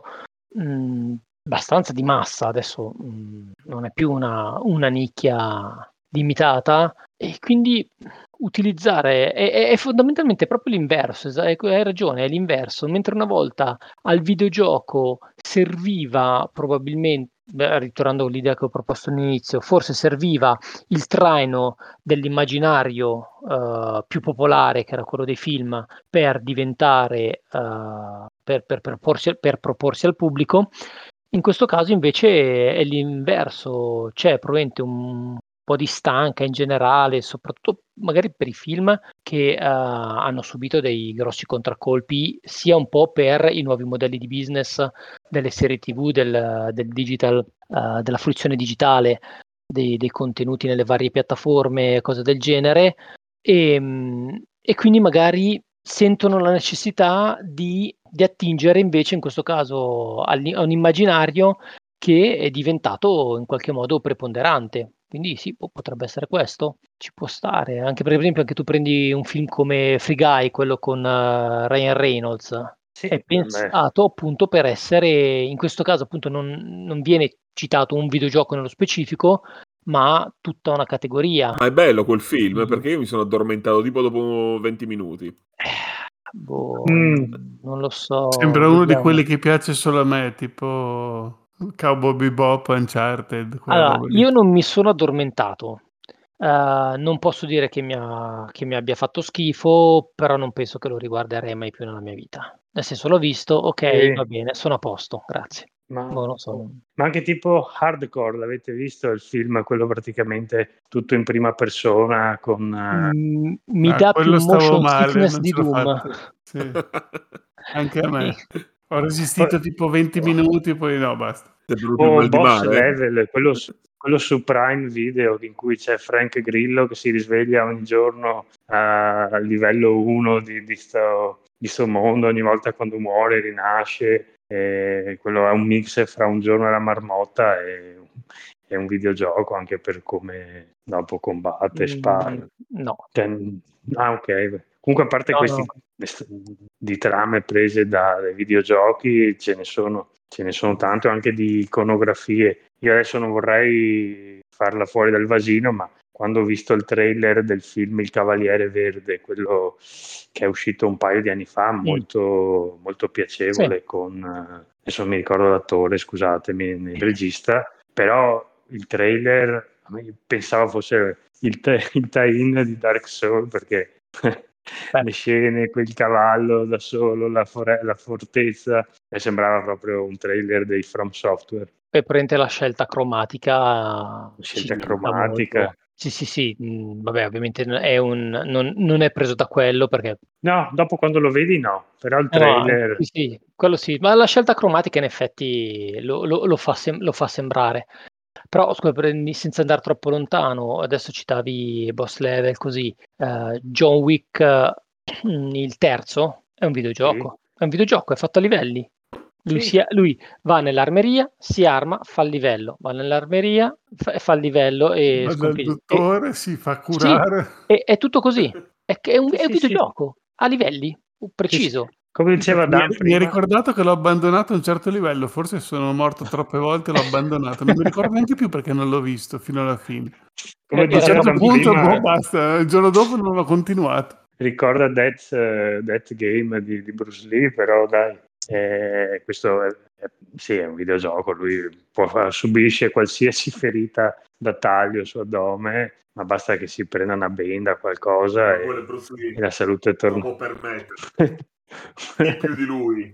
mh, abbastanza di massa, adesso mh, non è più una, una nicchia limitata, e quindi utilizzare è, è, è fondamentalmente proprio l'inverso, hai ragione, è l'inverso, mentre una volta al videogioco serviva probabilmente, beh, ritornando all'idea che ho proposto all'inizio, forse serviva il traino dell'immaginario uh, più popolare, che era quello dei film, per diventare, uh, per, per, per, porsi, per proporsi al pubblico. In questo caso invece è l'inverso, c'è probabilmente un po' di stanca in generale, soprattutto magari per i film che uh, hanno subito dei grossi contraccolpi, sia un po' per i nuovi modelli di business delle serie tivù, del, del digital, uh, della fruizione digitale dei, dei contenuti nelle varie piattaforme, cose del genere, e, e quindi magari sentono la necessità di, di attingere invece in questo caso a un immaginario che è diventato in qualche modo preponderante. Quindi sì, potrebbe essere questo, ci può stare. Anche per esempio anche tu prendi un film come Free Guy, quello con uh, Ryan Reynolds, sì, è pensato beh. appunto per essere, in questo caso appunto non, non viene citato un videogioco nello specifico, ma tutta una categoria. Ma è bello quel film, Mm. perché io mi sono addormentato tipo dopo venti minuti. Eh, boh, Mm. non lo so. Sembra uno di vediamo. quelli che piace solo a me, tipo Cowboy Bebop, Uncharted, quella Allora, roba lì. io non mi sono addormentato. Eh, non posso dire che mi, ha- che mi abbia fatto schifo, però non penso che lo riguarderei mai più nella mia vita. Nel senso, l'ho visto, ok, Sì. va bene, sono a posto, grazie. Ma, Boh, non so, non- ma anche tipo Hardcore, l'avete visto il film, quello praticamente tutto in prima persona con... eh, Mm, mi Ah, dà più quello stavo motion male, sickness non di ce l'ho Doom. fatta. Sì, anche a Sì. me. Ho resistito tipo venti minuti, poi no, basta. Ti è venuto il o mal di Boss mare? Level, quello, su- quello su Prime Video in cui c'è Frank Grillo che si risveglia ogni giorno a, a livello uno di, di sto, di sto mondo, ogni volta quando muore rinasce, e quello è un mix fra Un giorno alla marmotta e, e un videogioco anche per come dopo combatte, spara. Mm, no, Cioè, ah, ok. Comunque, a parte no, questi no. quest- di trame prese da- dai videogiochi, ce ne sono, ce ne sono tante anche di iconografie. Io adesso non vorrei farla fuori dal vasino, ma quando ho visto il trailer del film Il Cavaliere Verde, quello che è uscito un paio di anni fa, Mm, molto, molto sì. piacevole, con, eh, adesso non mi ricordo l'attore, scusatemi, il regista, però il trailer a me pensavo fosse il, te- il tie-in di Dark Souls, perché Beh, le scene, quel cavallo da solo, la, fore- la fortezza, mi sembrava proprio un trailer dei From Software. poi prende la scelta cromatica ci Scelta aiuta cromatica. molto. Sì, sì, sì, mm, vabbè, ovviamente n- è un, non, non è preso da quello perché No, dopo quando lo vedi no, però il eh no, eh, trailer... sì, sì, quello sì, ma la scelta cromatica in effetti lo, lo- lo fa, sem- lo fa sembrare. Però scusa, prendi- senza andare troppo lontano, adesso citavi Boss Level così, eh, John Wick, eh, il terzo, è un Sì, videogioco, è un videogioco, è fatto a livelli. Lui, sì, si, lui va nell'armeria, si arma, fa il livello, va nell'armeria, fa, fa il livello e Va dal sconfigge. E, dottore, si fa sì, curare. è, è tutto così, è, che è un, sì, è un sì, sì, videogioco, a livelli, sì, sì. preciso. Come diceva Mi, Dan mi è prima, ricordato che l'ho abbandonato a un certo livello, forse sono morto troppe volte e l'ho abbandonato. Non mi ricordo neanche più perché non l'ho visto fino alla fine. come E- A un diceva Erano certo Dan punto, boh, prima, basta. Il giorno dopo non ho continuato. ricorda Death, eh, Death Game di, di Bruce Lee, però dai, eh, questo è, è- sì, è un videogioco, lui può, subisce qualsiasi ferita da taglio su addome, ma basta che si prenda una benda, qualcosa Ma quello è e, Bruce e Lee, la salute lo torna. può permettere. Chi più di lui?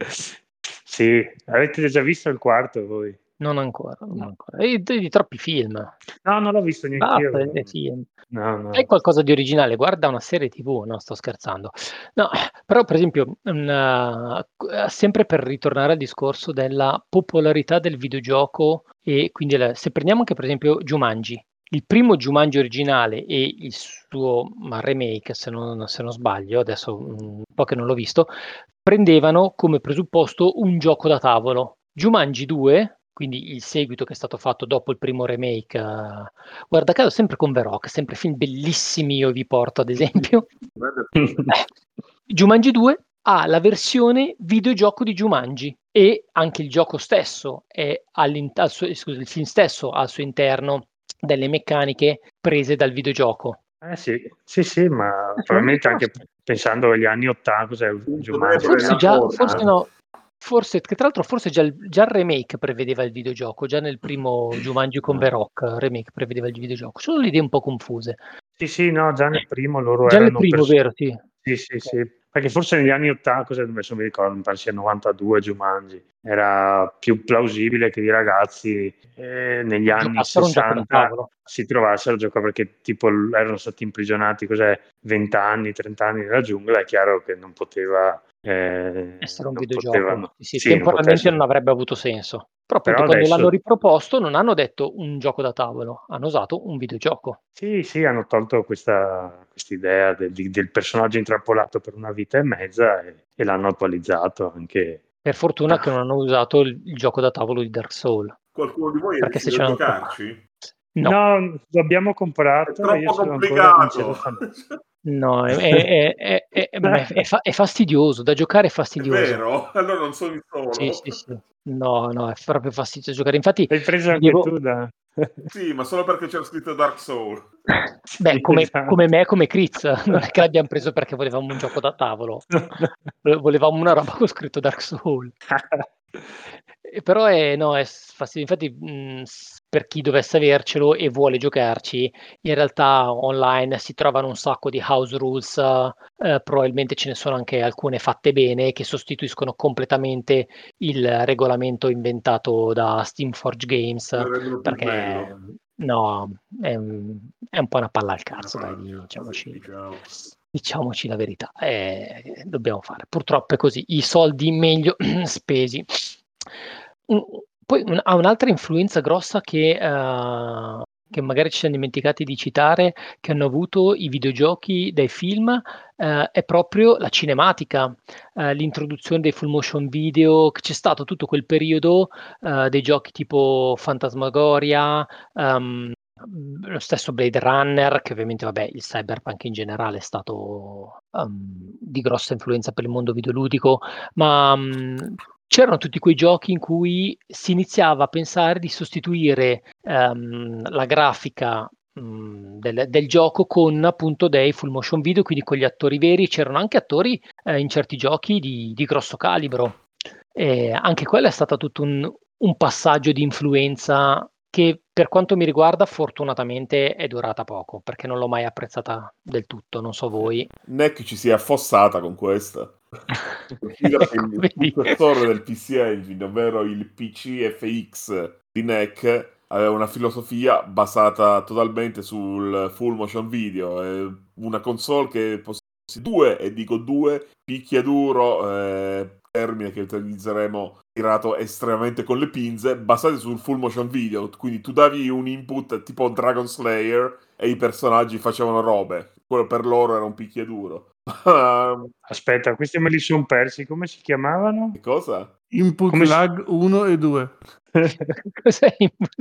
Sì, avete già visto il quarto voi? Non ancora, non ancora. E di, di troppi film. No, non l'ho visto Basta neanch'io. dei film. No, Fai no. qualcosa di originale, guarda una serie T V, no, sto scherzando. No, però per esempio, una- sempre per ritornare al discorso della popolarità del videogioco e quindi la- se prendiamo anche per esempio Jumanji, il primo Jumanji originale e il suo ma, remake, se non, se non sbaglio, adesso un po' che non l'ho visto, prendevano come presupposto un gioco da tavolo. Jumanji due, quindi il seguito che è stato fatto dopo il primo remake, eh, guarda caso sempre con The Rock, sempre film bellissimi, io vi porto ad esempio. Eh, Jumanji due ha la versione videogioco di Jumanji e anche il gioco stesso è all'in- al suo- scusa, il film stesso ha al suo interno delle meccaniche prese dal videogioco. Eh sì, sì, sì, ma Eh, non mi probabilmente ricordo anche se- pensando agli anni Ottanta, cos'è Punto Jumanji debole Forse la degli già, forza. forse ottanta? no, forse, che tra l'altro forse già il, già il remake prevedeva il videogioco, già nel primo Jumanji con No. The Rock, il remake prevedeva il videogioco. Sono le idee un po' confuse. Sì, sì, no, già nel primo loro Già nel erano primo, pers- vero? Sì. sì, sì, Ok. sì, perché forse negli anni ottanta, cosa adesso mi ricordo, mi pare sia novantadue Jumanji, era più plausibile che i ragazzi eh, negli anni Giocassero un gioco da sessanta tavolo. si trovassero a giocare, perché tipo l- erano stati imprigionati, cos'è, venti anni, trenta anni nella giungla, è chiaro che non poteva, eh, Essere un non videogioco. potevano, Sì, sì, sì, non poteva temporalmente non essere, avrebbe avuto senso. Però però appunto quando l'hanno adesso riproposto non hanno detto un gioco da tavolo, hanno usato un videogioco. sì, sì, hanno tolto questa idea del, di- del personaggio intrappolato per una vita e mezza e, e l'hanno attualizzato anche. Per fortuna che Ah, non hanno usato il, il gioco da tavolo di Dark Souls. Qualcuno di voi è Perché se riuscito a c'erano giocarci? No, no, l'abbiamo È comprato e io troppo ce l'ho ancora, non ce l'ho complicato. fatto. no, è, è- è- è- è- ma è- è fa- è fastidioso, da giocare è È fastidioso. vero? Allora non sono il Sì, solo. sì, sì. No, no, è proprio fastidioso giocare. Infatti, L'hai preso anche vedevo, tu da... Sì, ma solo perché c'era scritto Dark Soul. Beh, Sì, come, esatto. come me, come Critz, non è che l'abbiamo preso perché volevamo un gioco da tavolo, volevamo una roba con scritto Dark Soul. E però è, no, è s- fastidioso. Infatti, mh, s- per chi dovesse avercelo e vuole giocarci, in realtà online si trovano un sacco di house rules, eh, probabilmente ce ne sono anche alcune fatte bene che sostituiscono completamente il regolamento inventato da Steamforge Games, Lo rendono più perché snello. no, è, un è un po' una palla al Una cazzo, dai, palla, sì, diciamoci, diciamo. diciamoci la verità. Eh, dobbiamo fare. Purtroppo è così, i soldi meglio spesi. Un- poi un- ha un'altra influenza grossa che, eh, che magari ci siamo dimenticati di citare, che hanno avuto i videogiochi dai film, eh, è proprio la cinematica, eh, l'introduzione dei full motion video, che c'è stato tutto quel periodo, eh, dei giochi tipo Fantasmagoria, ehm, lo stesso Blade Runner, che ovviamente, vabbè, il cyberpunk in generale è stato ehm, di grossa influenza per il mondo videoludico, ma mh, c'erano tutti quei giochi in cui si iniziava a pensare di sostituire ehm, la grafica mh, del, del gioco con appunto dei full motion video, quindi con gli attori veri. C'erano anche attori eh, in certi giochi di, di grosso calibro. E anche quello è stato tutto un, un passaggio di influenza che, per quanto mi riguarda, fortunatamente è durata poco, perché non l'ho mai apprezzata del tutto, non so voi. N E C ci si è affossata con questa. Considera che Ecco, il vedi? successore del P C Engine, ovvero il P C F X di N E C, aveva una filosofia basata totalmente sul full motion video. È una console che possiede due, e dico due, picchiaduro, eh, termine che utilizzeremo tirato estremamente con le pinze, basate sul full motion video. Quindi tu davi un input tipo Dragon Slayer e i personaggi facevano robe. Quello per loro era un picchiaduro. Aspetta, questi me li sono persi, come si chiamavano? Che cosa? Input Come si... lag uno e due. Cos'è?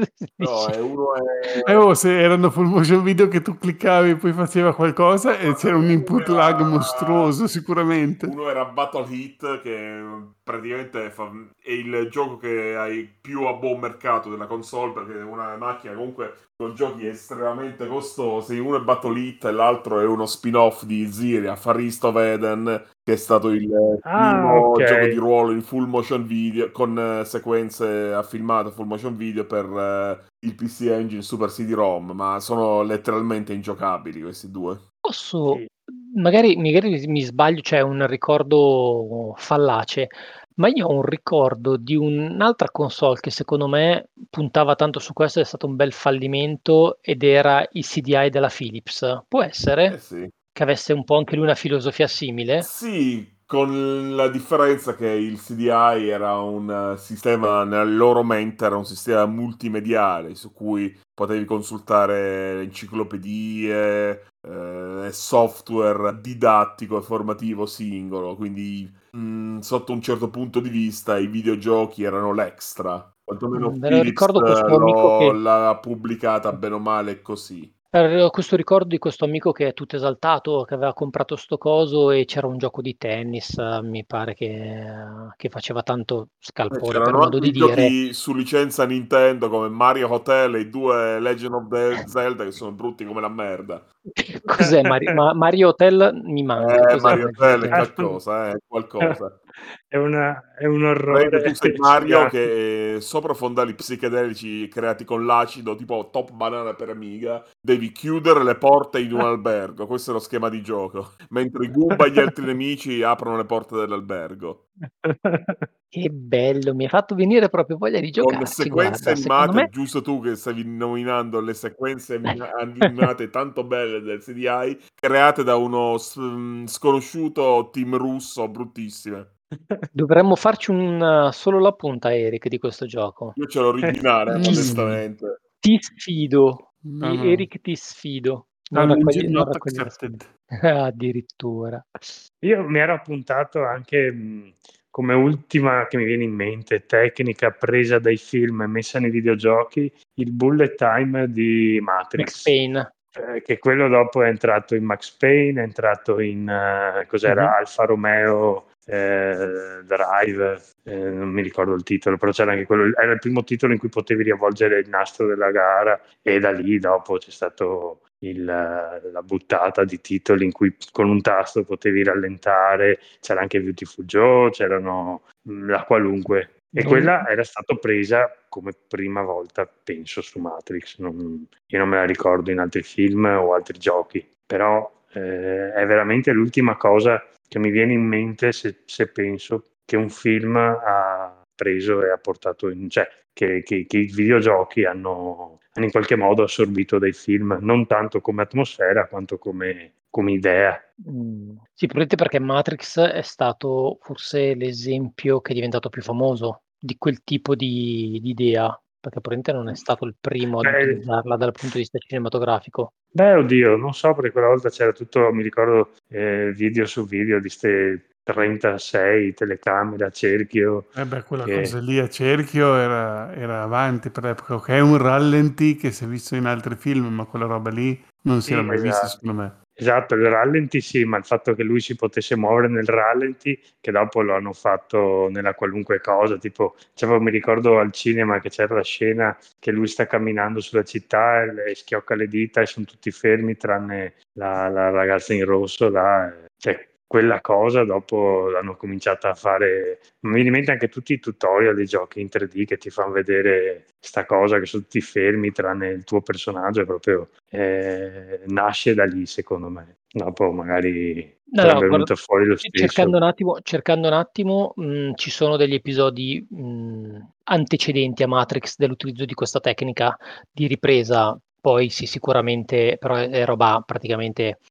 No, è uno è... Eh, oh, se erano full motion video che tu cliccavi e poi faceva qualcosa e c'era un Uno input lag era... mostruoso sicuramente. Uno era Battle Hit, che praticamente fa- è il gioco che hai più a buon mercato della console, perché è una macchina comunque con giochi estremamente costosi. Uno è Battle Hit e l'altro è uno spin-off di Zyria, Far East of Eden, che è stato il Ah, ok. primo gioco di ruolo in full motion video, con eh, sequenze a filmato full motion video per eh, il P C Engine Super C D-ROM, ma sono letteralmente ingiocabili questi due. Posso, Sì. magari, magari mi sbaglio, c'è un ricordo fallace, ma io ho un ricordo di un'altra console che secondo me puntava tanto su questo, è stato un bel fallimento ed era il C D I della Philips. Può Eh essere sì. che avesse un po' anche lui una filosofia simile? Sì, con la differenza che il C D I era un eh, sistema, nella loro mente era un sistema multimediale su cui potevi consultare enciclopedie, eh, software didattico e formativo singolo, quindi mh, sotto un certo punto di vista i videogiochi erano l'extra. Quantomeno Mm, ve lo Philips ricordo eh, questo amico lo- che l'ha pubblicata bene o male così. Avevo questo ricordo di questo amico che è tutto esaltato, che aveva comprato sto coso e c'era un gioco di tennis, eh, mi pare che, che faceva tanto Eh, scalpore, per C'erano modo anche di i dire. giochi su licenza Nintendo come Mario Hotel e i due Legend of the Zelda che sono brutti come la merda. Cos'è Mario, Ma- Mario Hotel? Mi manca, Eh, cos'è Mario Mario Hotel è Hotel? qualcosa, eh, è qualcosa. È, una, è un Praticamente tu orrore sei Mario gigante. che sopra fondali psichedelici creati con l'acido, tipo Top Banana per Amiga, devi chiudere le porte in un albergo. Questo è lo schema di gioco. Mentre i Goomba e gli altri nemici aprono le porte dell'albergo. Che bello, mi ha fatto venire proprio voglia di Con giocarci, sequenze guarda, secondo me. animate, giusto tu che stavi nominando le sequenze anima- animate tanto belle del C D I, create da uno s- mh, sconosciuto team russo, bruttissime. Dovremmo farci un, solo la punta, Eric, di questo gioco. Io c'ho l'originale, Ti, s- Mm, onestamente. ti sfido, no, di no. Eric ti sfido, non, Challenge raccogli- non not raccogliere. accepted. Addirittura. Io mi ero appuntato anche mh, come ultima che mi viene in mente tecnica presa dai film e messa nei videogiochi, il bullet time di Max Matrix. Payne. eh, che quello dopo è entrato in Max Payne, è entrato in eh, cos'era Mhm. Alfa Romeo eh, Drive, eh, non mi ricordo il titolo, però c'era anche quello, era il primo titolo in cui potevi riavvolgere il nastro della gara, e da lì dopo c'è stato il, la buttata di titoli in cui con un tasto potevi rallentare, c'era anche Beautiful Joe, c'erano mh, la qualunque. E Non- quella era stata presa come prima volta, penso, su Matrix. Non- io non me la ricordo in altri film o altri giochi, però eh, è veramente l'ultima cosa che mi viene in mente se, se penso che un film ha preso e ha portato in, cioè che, che- che i videogiochi hanno, hanno in qualche modo assorbito dai film, non tanto come atmosfera quanto come, come idea. Mm. Sì, probabilmente perché Matrix è stato forse l'esempio che è diventato più famoso di quel tipo di, di idea, perché probabilmente non è stato il primo ad Beh, utilizzarla dal punto di vista cinematografico. Beh, oddio, non so, perché quella volta c'era tutto, mi ricordo, eh, video su video di ste trentasei telecamere a cerchio Eh beh, quella cosa che lì a cerchio era, era avanti per l'epoca, ok, è un rallenti che si è visto in altri film, ma quella roba lì non si era sì, mai vista esatto. secondo me. Esatto, il rallenti sì, ma il fatto che lui si potesse muovere nel rallenti, che dopo lo hanno fatto nella qualunque cosa, tipo, cioè, mi ricordo al cinema che c'era la scena che lui sta camminando sulla città e, e schiocca le dita e sono tutti fermi tranne la, la ragazza in rosso là, eh, cioè quella cosa dopo l'hanno cominciata a fare, mi viene in mente anche tutti i tutorial dei giochi in tre D che ti fanno vedere sta cosa che sono tutti fermi tranne il tuo personaggio, è proprio eh, nasce da lì secondo me. Dopo magari No, no, sarebbe guarda, venuto fuori lo cercando un stesso. attimo, cercando un attimo, mh, ci sono degli episodi mh, antecedenti a Matrix dell'utilizzo di questa tecnica di ripresa. Poi sì, sicuramente, però è, è roba praticamente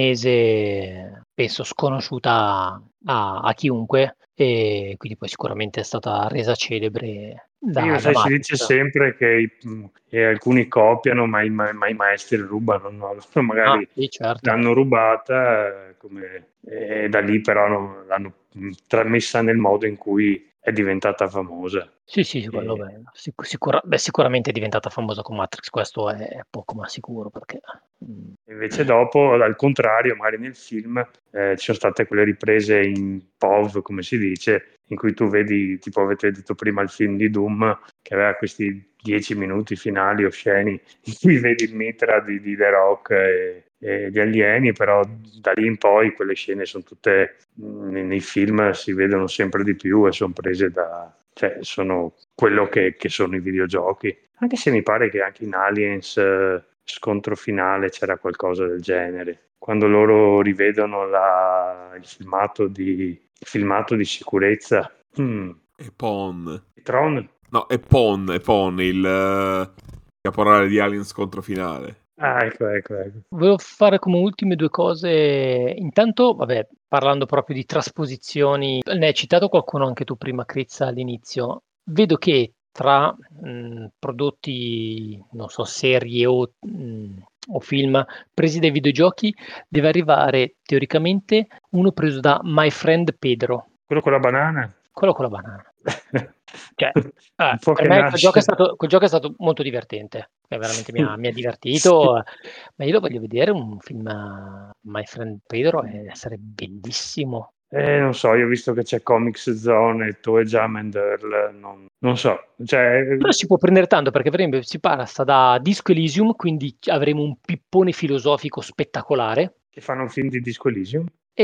cinese, penso sconosciuta a, a chiunque, e quindi poi sicuramente è stata resa celebre Sì, da, da sai, si dice Matrix. sempre che, i- mh, che alcuni copiano, ma i, ma- ma i maestri rubano, no? Loro Ah, magari sì, certo. l'hanno rubata, eh, come- e da lì però non- l'hanno mh, trasmessa nel modo in cui è diventata famosa. Sì, sì, quello E, beh, sic- sicura- beh, sicuramente è diventata famosa con Matrix, questo è, è poco ma sicuro perché mm, Invece dopo, al contrario, magari nel film eh, ci sono state quelle riprese in P O V, come si dice, in cui tu vedi, tipo avete detto prima il film di Doom, che aveva questi dieci minuti finali osceni, in cui vedi il mitra di, di The Rock e, e gli alieni, però da lì in poi quelle scene sono tutte, mh, nei film si vedono sempre di più e sono prese da, cioè sono quello che, che sono i videogiochi. Anche se mi pare che anche in Aliens... eh, scontro finale c'era qualcosa del genere. Quando loro rivedono la- il filmato di, il filmato di sicurezza, hmm, E Pon. Tron, No, è Pon, è Pon, il eh, caporale di Alien scontro finale. ah, ecco, ecco, ecco. volevo fare come ultime due cose. Intanto, vabbè, parlando proprio di trasposizioni, ne hai citato qualcuno anche tu prima, Crizza, all'inizio. Vedo che tra mh, prodotti, non so, serie o, mh, o film presi dai videogiochi, deve arrivare teoricamente uno preso da My Friend Pedro, Quello con la banana. quello con la banana. Cioè, Un eh, po' per che me quel gioco è nasce. stato, quel gioco è stato molto divertente, che veramente mi ha, mi ha divertito, eh, ma io lo voglio vedere un film, eh, My Friend Pedro, e sarebbe bellissimo. Eh, non so, io ho visto che c'è Comics Zone e Toe Jam and Earl, non, non so, cioè, Però si può prendere tanto perché per esempio si passa da Disco Elysium, quindi avremo un pippone filosofico spettacolare, che fanno un film di Disco Elysium.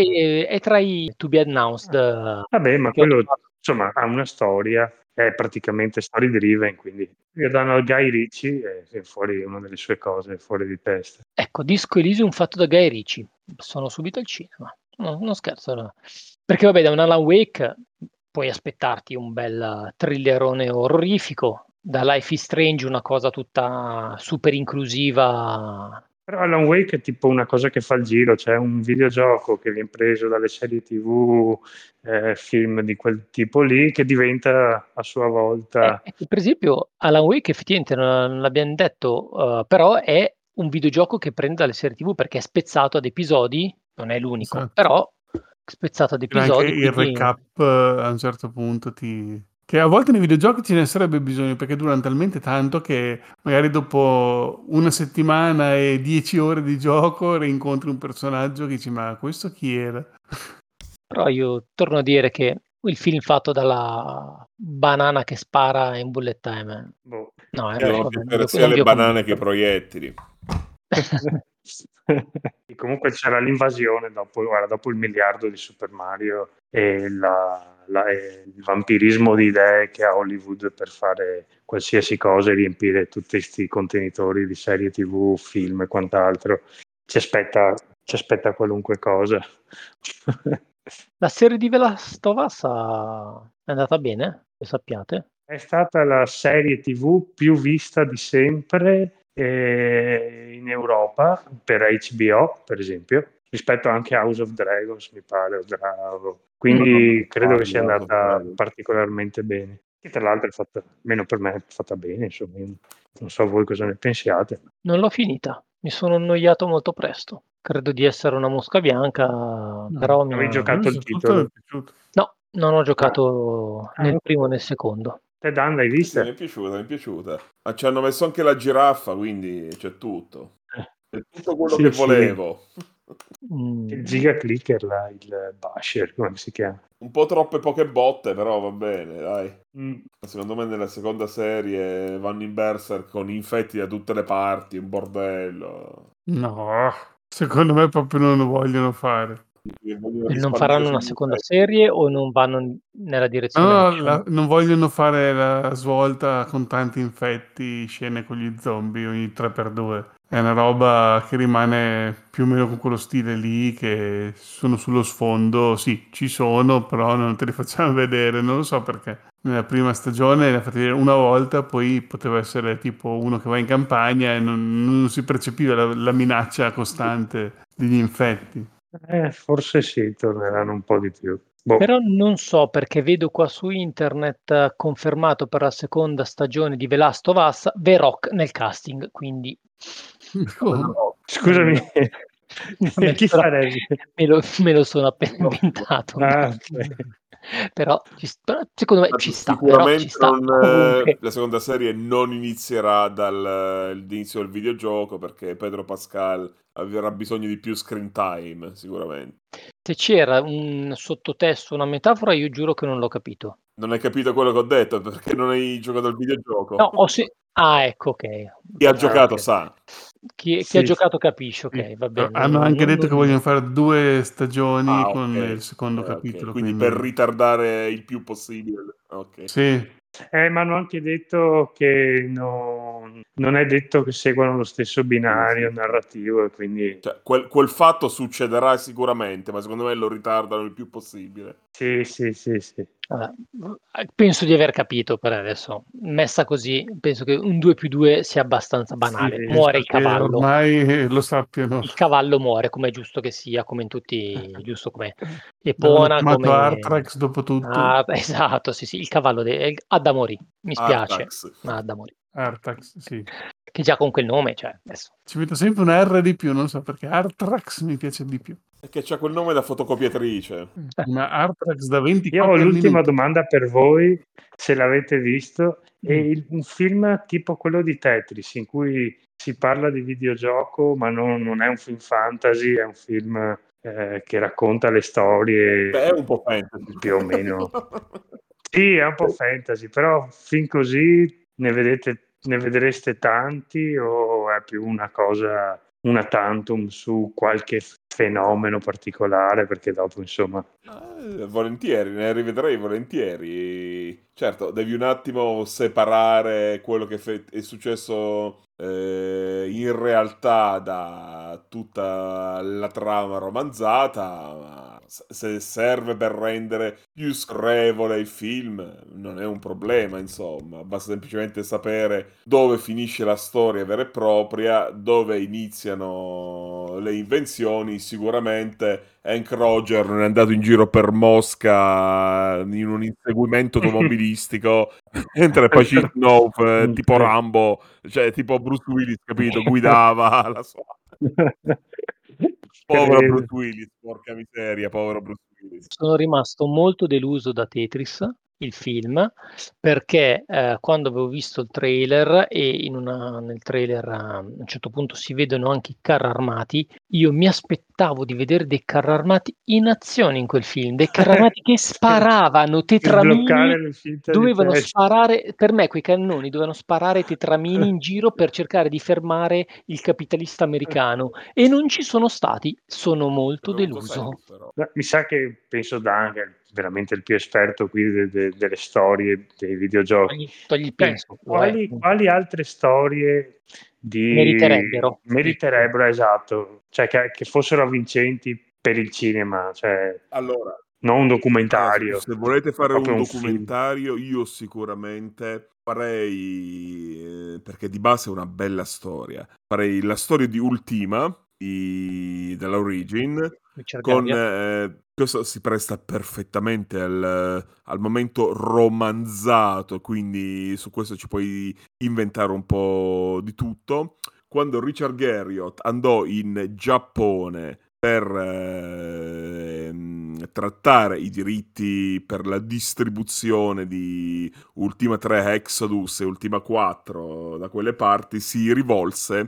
e è tra i To Be Announced eh, Vabbè, ma che ho quello trovato. insomma ha una storia, è praticamente story driven, quindi io danno a Guy Ritchie e è fuori una delle sue cose, fuori di testa. Ecco, Disco Elysium fatto da Guy Ritchie. Sono subito al cinema. No, non scherzo, no. Perché vabbè, da un Alan Wake puoi aspettarti un bel thrillerone orrorifico. Da Life is Strange una cosa tutta super inclusiva. Però Alan Wake è tipo una cosa che fa il giro, cioè un videogioco che viene preso dalle serie tivù, eh, film di quel tipo lì, che diventa a sua Eh, volta... ecco, per esempio, Alan Wake effettivamente non, non l'abbiamo detto, eh, però è un videogioco che prende dalle serie T V perché è spezzato ad episodi, non è l'unico, Esatto. però spezzato ad Era anche episodi, il quindi recap eh, a un certo punto ti, Che a volte nei videogiochi ce ne sarebbe bisogno perché durano talmente tanto che magari dopo una settimana e dieci ore di gioco rincontri un personaggio che dici ma questo chi era? Però io torno a dire che il film fatto dalla banana che spara in bullet time, Boh. no, eh, Mi devono vabbè, non piacere vi ho, sia non vi le ho banane che i convinto. proiettili. E comunque c'era l'invasione dopo, guarda, dopo il miliardo di Super Mario e la- la- e il vampirismo di idee che ha Hollywood per fare qualsiasi cosa e riempire tutti questi contenitori di serie tivù, film e quant'altro. Ci aspetta, ci aspetta qualunque cosa. La serie di The Last of Us ha- è andata bene, lo sappiate? È stata la serie tivù più vista di sempre eh, in Europa per H B O, per esempio, rispetto anche a House of Dragons, mi pare, o Drago. Quindi credo che sia andata particolarmente bene. Che tra l'altro è fatta, almeno per me, è fatta bene, insomma. Non so voi cosa ne pensiate. Non l'ho finita, mi sono annoiato molto presto. Credo di essere una mosca bianca, però mi Avevi ha... A me giocato il soprattutto mi titolo? è piaciuto. No, non ho giocato Ah, né il ok. primo né il secondo. Te Dan l'hai Sì, sì, mi vista? è piaciuta, mi è piaciuta. Ma ci hanno messo anche la giraffa, quindi c'è tutto. È tutto quello Sì, che sì. volevo. Mm, Il Giga Clicker, là, il Basher, come si chiama? Un po' troppe poche botte, però va bene, dai. Mm. Secondo me nella seconda serie vanno in berserk con infetti da tutte le parti, un bordello. No, secondo me proprio non lo vogliono fare. E vogliono non risparmiare faranno una sugli seconda infetti. serie o non vanno n- nella direzione No, no, action? la- non vogliono fare la svolta con tanti infetti, scene con gli zombie ogni tre per due. È una roba che rimane più o meno con quello stile lì, che sono sullo sfondo. Sì, ci sono, però non te li facciamo vedere. Non lo so perché. Nella prima stagione li ha fatti vedere una volta, poi poteva essere tipo uno che va in campagna e non, non si percepiva la, la minaccia costante degli infetti. Eh, forse sì, torneranno un po' di più. Boh. Però non so perché vedo qua su internet eh, confermato per la seconda stagione di The Last of Us The Rock nel casting, quindi Scusami, No, me, lo chi sono, farebbe? me, lo, me lo sono appena inventato, Ah, no. ok. Però, ci, però secondo me ci sta, però ci Sicuramente sta non, eh, comunque. la seconda serie non inizierà dall'inizio del videogioco perché Pedro Pascal avrà bisogno di più screen time, sicuramente. Se c'era un sottotesto, una metafora, io giuro che non l'ho capito. Non hai capito quello che ho detto perché non hai giocato al No, videogioco. ho se- ah, ecco, ok. Chi ha Ah, giocato ok. sa. Chi, chi ha Sì, sì. giocato capisce, Sì. ok, va bene. Hanno Non, anche non- detto che non- vogliono fare due stagioni Ah, ok. con il secondo Eh, ok. capitolo, Quindi per quindi ritardare il più possibile. Ok. sì. Eh, ma hanno anche detto che no- non è detto che seguano lo stesso binario narrativo e quindi Cioè, quel, quel fatto succederà sicuramente, ma secondo me lo ritardano il più possibile. sì, sì, sì, sì. Vabbè, penso di aver capito per adesso. Messa così, penso che un due più due sia abbastanza Sì, banale. Penso Muore il che cavallo. ormai lo sappiano. Il cavallo muore, come è giusto che sia, come in tutti, giusto come L'hanno Epona, chiamato come... Artrax dopo tutto. Ah, esatto, sì, sì, il cavallo de... ha da morire. Mi spiace, Artax. ma ha da morire. Artax, sì. Che già con quel nome, cioè, adesso. Ci metto sempre una R di più, non so perché Artrax mi piace di più. E che c'ha quel nome da fotocopiatrice. Ma Artrax da Io ho venti copie al l'ultima minuto. domanda per voi, se l'avete visto, è Mm. il- un film tipo quello di Tetris, in cui si parla di videogioco, ma non, non è un film fantasy, è un film eh, che racconta le Beh, è storie un po' fantasy. più o meno. Sì, è un po' fantasy, però fin così ne vedete, ne vedreste tanti o è più una cosa, una tantum su qualche fenomeno particolare, perché dopo insomma... Eh, volentieri, ne rivedrei volentieri. Certo, devi un attimo separare quello che fe- è successo eh, in realtà da tutta la trama romanzata, ma s- se serve per rendere più scorrevole il film, non è un problema, insomma. Basta semplicemente sapere dove finisce la storia vera e propria, dove iniziano le invenzioni, sicuramente. Hank Roger non è andato in giro per Mosca in un inseguimento automobilistico, mentre Pacino eh, tipo Rambo, cioè tipo Bruce Willis, capito, guidava la sua... Povero Credo. Bruce Willis, porca miseria, povero Bruce Willis. Sono rimasto molto deluso da Tetris il film, perché eh, quando avevo visto il trailer e in una, nel trailer a un certo punto si vedono anche i carri armati, io mi aspettavo di vedere dei carri armati in azione in quel film, dei carri armati che sparavano Per tetramini, sbloccare l'uscita di dovevano testa. sparare, per me quei cannoni dovevano sparare tetramini in giro per cercare di fermare il capitalista americano e non ci sono stati, sono molto Aveva avuto deluso. senso, però. Beh, mi sa che penso Dan, che è veramente il più esperto qui de- de- delle storie dei videogiochi. Togli, togli il Cioè, penso, lo è. quali, quali altre storie di Meriterebbero. meriterebbero, esatto, cioè che, che fossero vincenti per il cinema, cioè Allora, non un allora, documentario, se volete fare proprio un un film. documentario, io sicuramente farei, eh, perché di base è una bella storia, farei la storia di Ultima, di- della Origin, Richard con Garriott. eh, questo si presta perfettamente al, al momento romanzato, quindi su questo ci puoi inventare un po' di tutto. Quando Richard Garriott andò in Giappone per ehm, trattare i diritti per la distribuzione di Ultima tre Exodus e Ultima quattro da quelle parti, si rivolse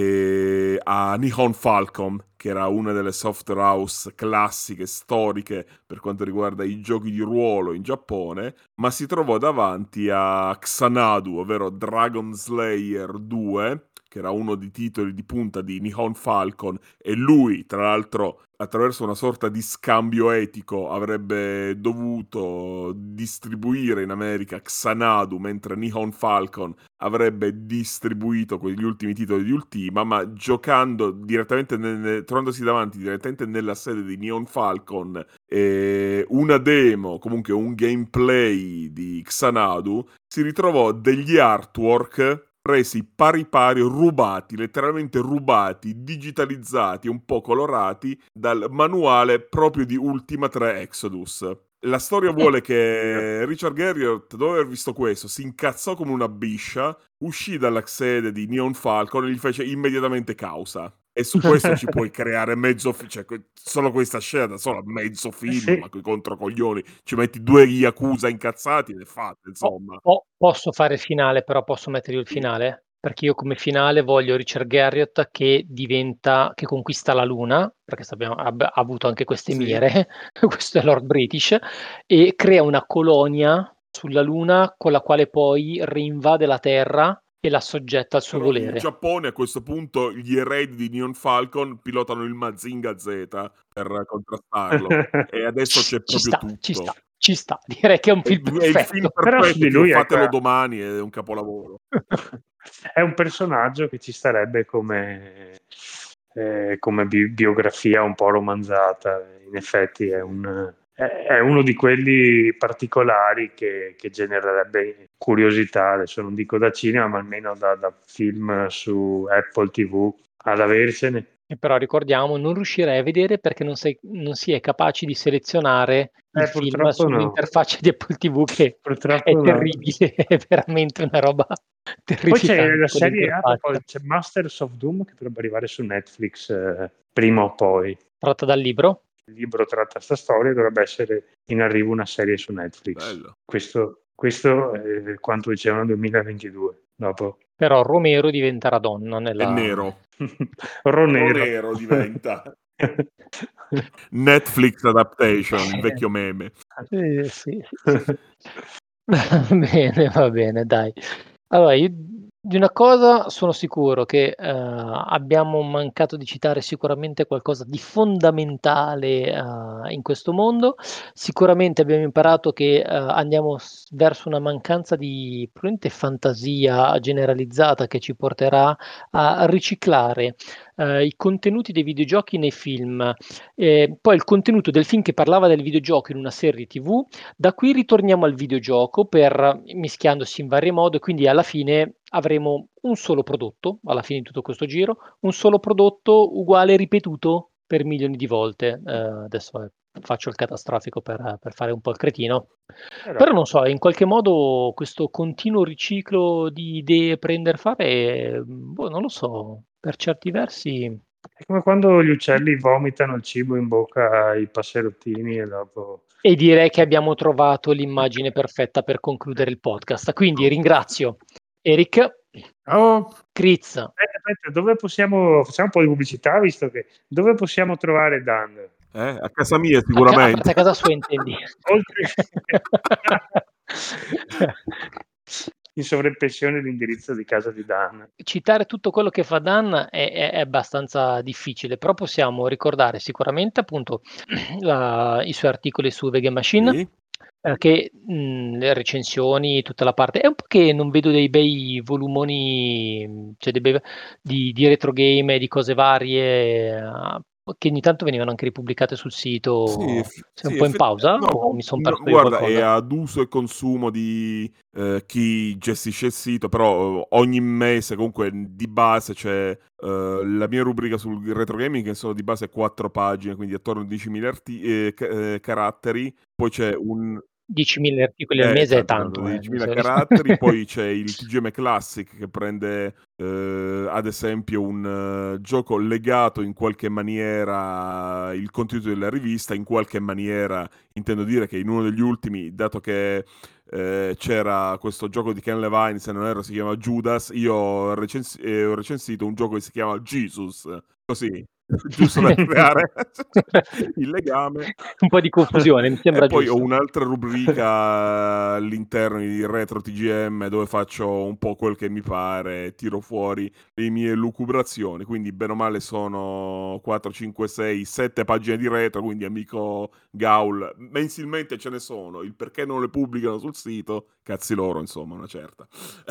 eh, a Nihon Falcom, che era una delle software house classiche, storiche per quanto riguarda i giochi di ruolo in Giappone, ma si trovò davanti a Xanadu, ovvero Dragon Slayer due, che era uno dei titoli di punta di Nihon Falcon, e lui, tra l'altro, attraverso una sorta di scambio etico, avrebbe dovuto distribuire in America Xanadu, mentre Nihon Falcon avrebbe distribuito quegli ultimi titoli di Ultima, ma giocando direttamente, nel, trovandosi davanti direttamente nella sede di Nihon Falcon, eh, una demo, comunque un gameplay di Xanadu, si ritrovò degli artwork presi pari pari, rubati, letteralmente rubati, digitalizzati, un po' colorati dal manuale proprio di Ultima tre Exodus. La storia vuole che Richard Garriott, dopo aver visto questo, si incazzò come una biscia, uscì dalla sede di Neon Falcon e gli fece immediatamente causa. E su questo ci puoi creare mezzo film, cioè solo questa scena da sola, mezzo film, Sì. ma coi controcoglioni, ci metti due Yakuza incazzati ed è fatto, insomma. Po- po- posso fare il finale, però posso mettere io il finale? Perché io come finale voglio Richard Garriott che diventa, che conquista la Luna, perché sappiamo, ha, ha avuto anche queste Sì. mire, questo è Lord British, e crea una colonia sulla Luna con la quale poi rinvade la Terra e la soggetta al suo Però in volere. Giappone a questo punto gli eredi di Neon Falcon pilotano il Mazinga Z per contrastarlo. E adesso c'è Ci proprio sta, tutto. ci sta, ci sta. Direi che è un È, film è il film perfetto. Però su perfetto, di tipo, lui, fatelo ecco, domani, è un capolavoro. è un personaggio che ci starebbe come, eh, come bi- biografia un po' romanzata. In effetti è, un, è, è uno di quelli particolari che, che genererebbe curiosità, adesso non dico da cinema, ma almeno da, da film su Apple tivù ad aversene. E però ricordiamo, non riuscirei a vedere perché non, sei, non si è capaci di selezionare il Eh, film purtroppo no. sull'interfaccia di Apple tivù che Purtroppo è no. terribile, è veramente una roba Poi c'è terrificante la serie A, quell'interfaccia. poi c'è Masters of Doom che dovrebbe arrivare su Netflix eh, prima o poi. Tratta dal libro? Il libro tratta questa storia, dovrebbe essere in arrivo una serie su Netflix. Bello. Questo, questo è quanto dicevano nel duemilaventidue. Dopo. Però Romero diventerà donna nella... È nero. Ronero. Ronero diventa. Netflix adaptation, il vecchio meme. Sì, sì, sì, sì. Va bene, va bene, dai. Allora, io di una cosa sono sicuro che eh, abbiamo mancato di citare sicuramente qualcosa di fondamentale eh, in questo mondo. Sicuramente abbiamo imparato che eh, andiamo s- verso una mancanza di probabilmente fantasia generalizzata che ci porterà a riciclare eh, i contenuti dei videogiochi nei film. Eh, poi il contenuto del film che parlava del videogioco in una serie tivù, da qui ritorniamo al videogioco per mischiandosi in varie modi, quindi alla fine avremo un solo prodotto, alla fine di tutto questo giro, un solo prodotto uguale ripetuto per milioni di volte. Eh, adesso eh, faccio il catastrofico per, per fare un po' il cretino. Però, Però non so, in qualche modo questo continuo riciclo di idee prendere fare, boh, non lo so, per certi versi è come quando gli uccelli vomitano il cibo in bocca ai passerottini e dopo E direi che abbiamo trovato l'immagine perfetta per concludere il podcast. Quindi ringrazio Eric, Oh, Chris, Aspetta, aspetta, dove possiamo, facciamo un po' di pubblicità, visto che dove possiamo trovare Dan? Eh, a casa mia a, ca- a sicuramente. parte a casa sua intendi. Oltre in sovraimpressione l'indirizzo di casa di Dan. Citare tutto quello che fa Dan è, è- è abbastanza difficile, però possiamo ricordare sicuramente appunto la- i suoi articoli su Vegan Machine, Sì. eh, che mh, le recensioni, tutta la parte. È un po' che non vedo dei bei volumoni, cioè dei bei- di, di retro game e di cose varie, eh, che ogni tanto venivano anche ripubblicate sul sito. Sì, eff- Sei sì, un po' in effett- pausa no, o mi sono no, perso di guarda, è qualcosa? ad uso e consumo di eh, chi gestisce il sito, però eh, ogni mese comunque di base c'è eh, la mia rubrica sul retro gaming, che sono di base quattro pagine, quindi attorno a diecimila arti- eh, ca- eh, caratteri, poi c'è un... diecimila articoli al Eh, mese è tanto, tanto, tanto, eh, di diecimila solito. caratteri, poi c'è il T G M Classic che prende eh, ad esempio un eh, gioco legato in qualche maniera il contenuto della rivista, in qualche maniera intendo dire che in uno degli ultimi, dato che eh, c'era questo gioco di Ken Levine, se non erro si chiama Judas, io ho, recens- eh, ho recensito un gioco che si chiama Jesus, così, giusto per creare il legame. Un po' di confusione, mi sembra E poi giusto. ho un'altra rubrica all'interno di Retro T G M dove faccio un po' quel che mi pare, tiro fuori le mie lucubrazioni, quindi bene o male sono quattro, cinque, sei, sette pagine di retro, quindi amico Gaul, mensilmente ce ne sono, il perché non le pubblicano sul sito, cazzi loro, insomma, una certa.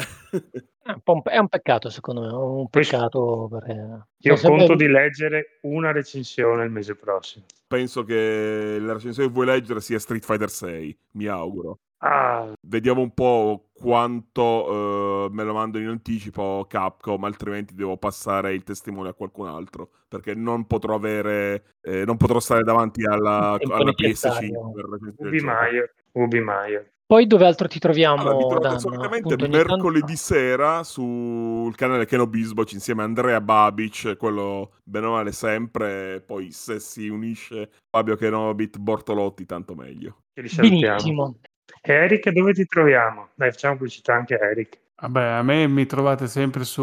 È un, po' un, è un peccato, secondo me, un peccato perché Io sono sempre- conto di leggere una recensione il mese prossimo. Penso che la recensione che vuoi leggere sia Street Fighter sei, mi auguro. Ah, Vediamo un po' quanto eh, me lo mandano in anticipo Capcom, altrimenti devo passare il testimone a qualcun altro, perché non potrò avere, eh, non potrò stare davanti alla, Il tempo alla P S necessario. cinque per recensire il Ubi gioco. Maier, Ubi Maier. Poi dove altro ti troviamo, Allora, mi trovate Dan? solitamente Appunto, ogni mercoledì tanto- sera sul canale Keno Bisboc insieme a Andrea Babic, quello bene o male sempre, poi se si unisce Fabio Kenobit, Bortolotti, tanto meglio. Ci risalutiamo. Benissimo. E Eric, dove ti troviamo? Dai, facciamo pubblicità anche a Eric. vabbè, a me mi trovate sempre su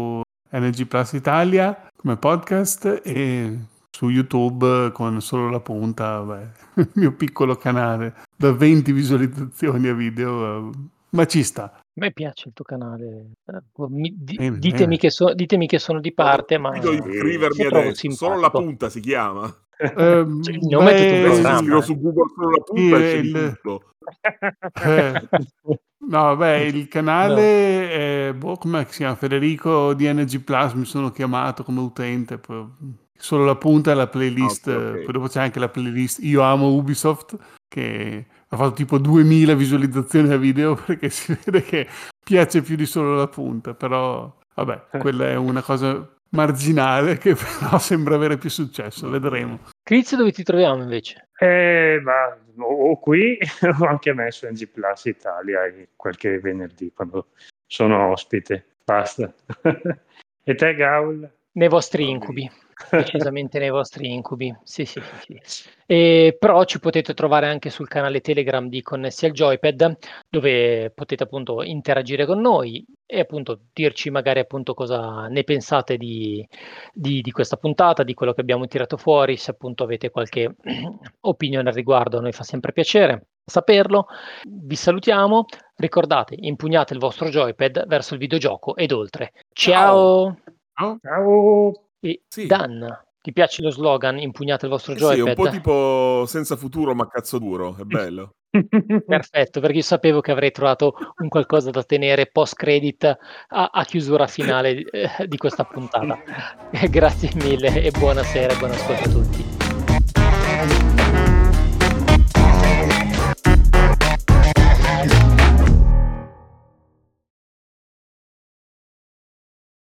N G Plus Italia come podcast e su YouTube con Solo la Punta, vabbè, il mio piccolo canale da venti visualizzazioni a video, eh, ma ci sta. A me piace il tuo canale. Eh, mi- di- Bene, ditemi, bene. che so- ditemi che sono di parte, ma Devo iscrivermi lo trovo adesso, solo la simpatico. punta si chiama. Ehm, Cioè, il nome è tutto un beh, Adesso se programma, scrivo eh. su Google solo la Sì, punta esce di il- tutto. Eh, no, beh, il canale è, boh, come si chiama? Federico di N G Plus, mi sono chiamato come utente, poi solo la punta è la playlist, Ah, ok, ok. poi dopo c'è anche la playlist Io amo Ubisoft, che ha fatto tipo duemila visualizzazioni a video perché si vede che piace più di Solo la punta, però vabbè, quella è una cosa marginale che però sembra avere più successo, vedremo. Chris, dove ti troviamo invece? Eh, ma o o qui o anche a me su N G Plus Italia qualche venerdì quando sono ospite. Basta. E te, Gaul? Nei vostri incubi. Decisamente nei vostri incubi. Sì, sì, sì, sì. E, però ci potete trovare anche sul canale Telegram di Connessi al Joypad, dove potete appunto interagire con noi e appunto dirci magari appunto cosa ne pensate di, di, di questa puntata, di quello che abbiamo tirato fuori, se appunto avete qualche opinione al riguardo, a noi fa sempre piacere saperlo. Vi salutiamo, ricordate, impugnate il vostro Joypad verso il videogioco ed oltre. Ciao! Ciao. Ciao! E Sì. Dan, ti piace lo slogan impugnate il vostro Eh sì, è un Joypad? po' tipo senza futuro ma cazzo duro, è bello. Perfetto, perché io sapevo che avrei trovato un qualcosa da tenere post credit a, a chiusura finale eh, di questa puntata. Grazie mille e buonasera e buon ascolto a tutti.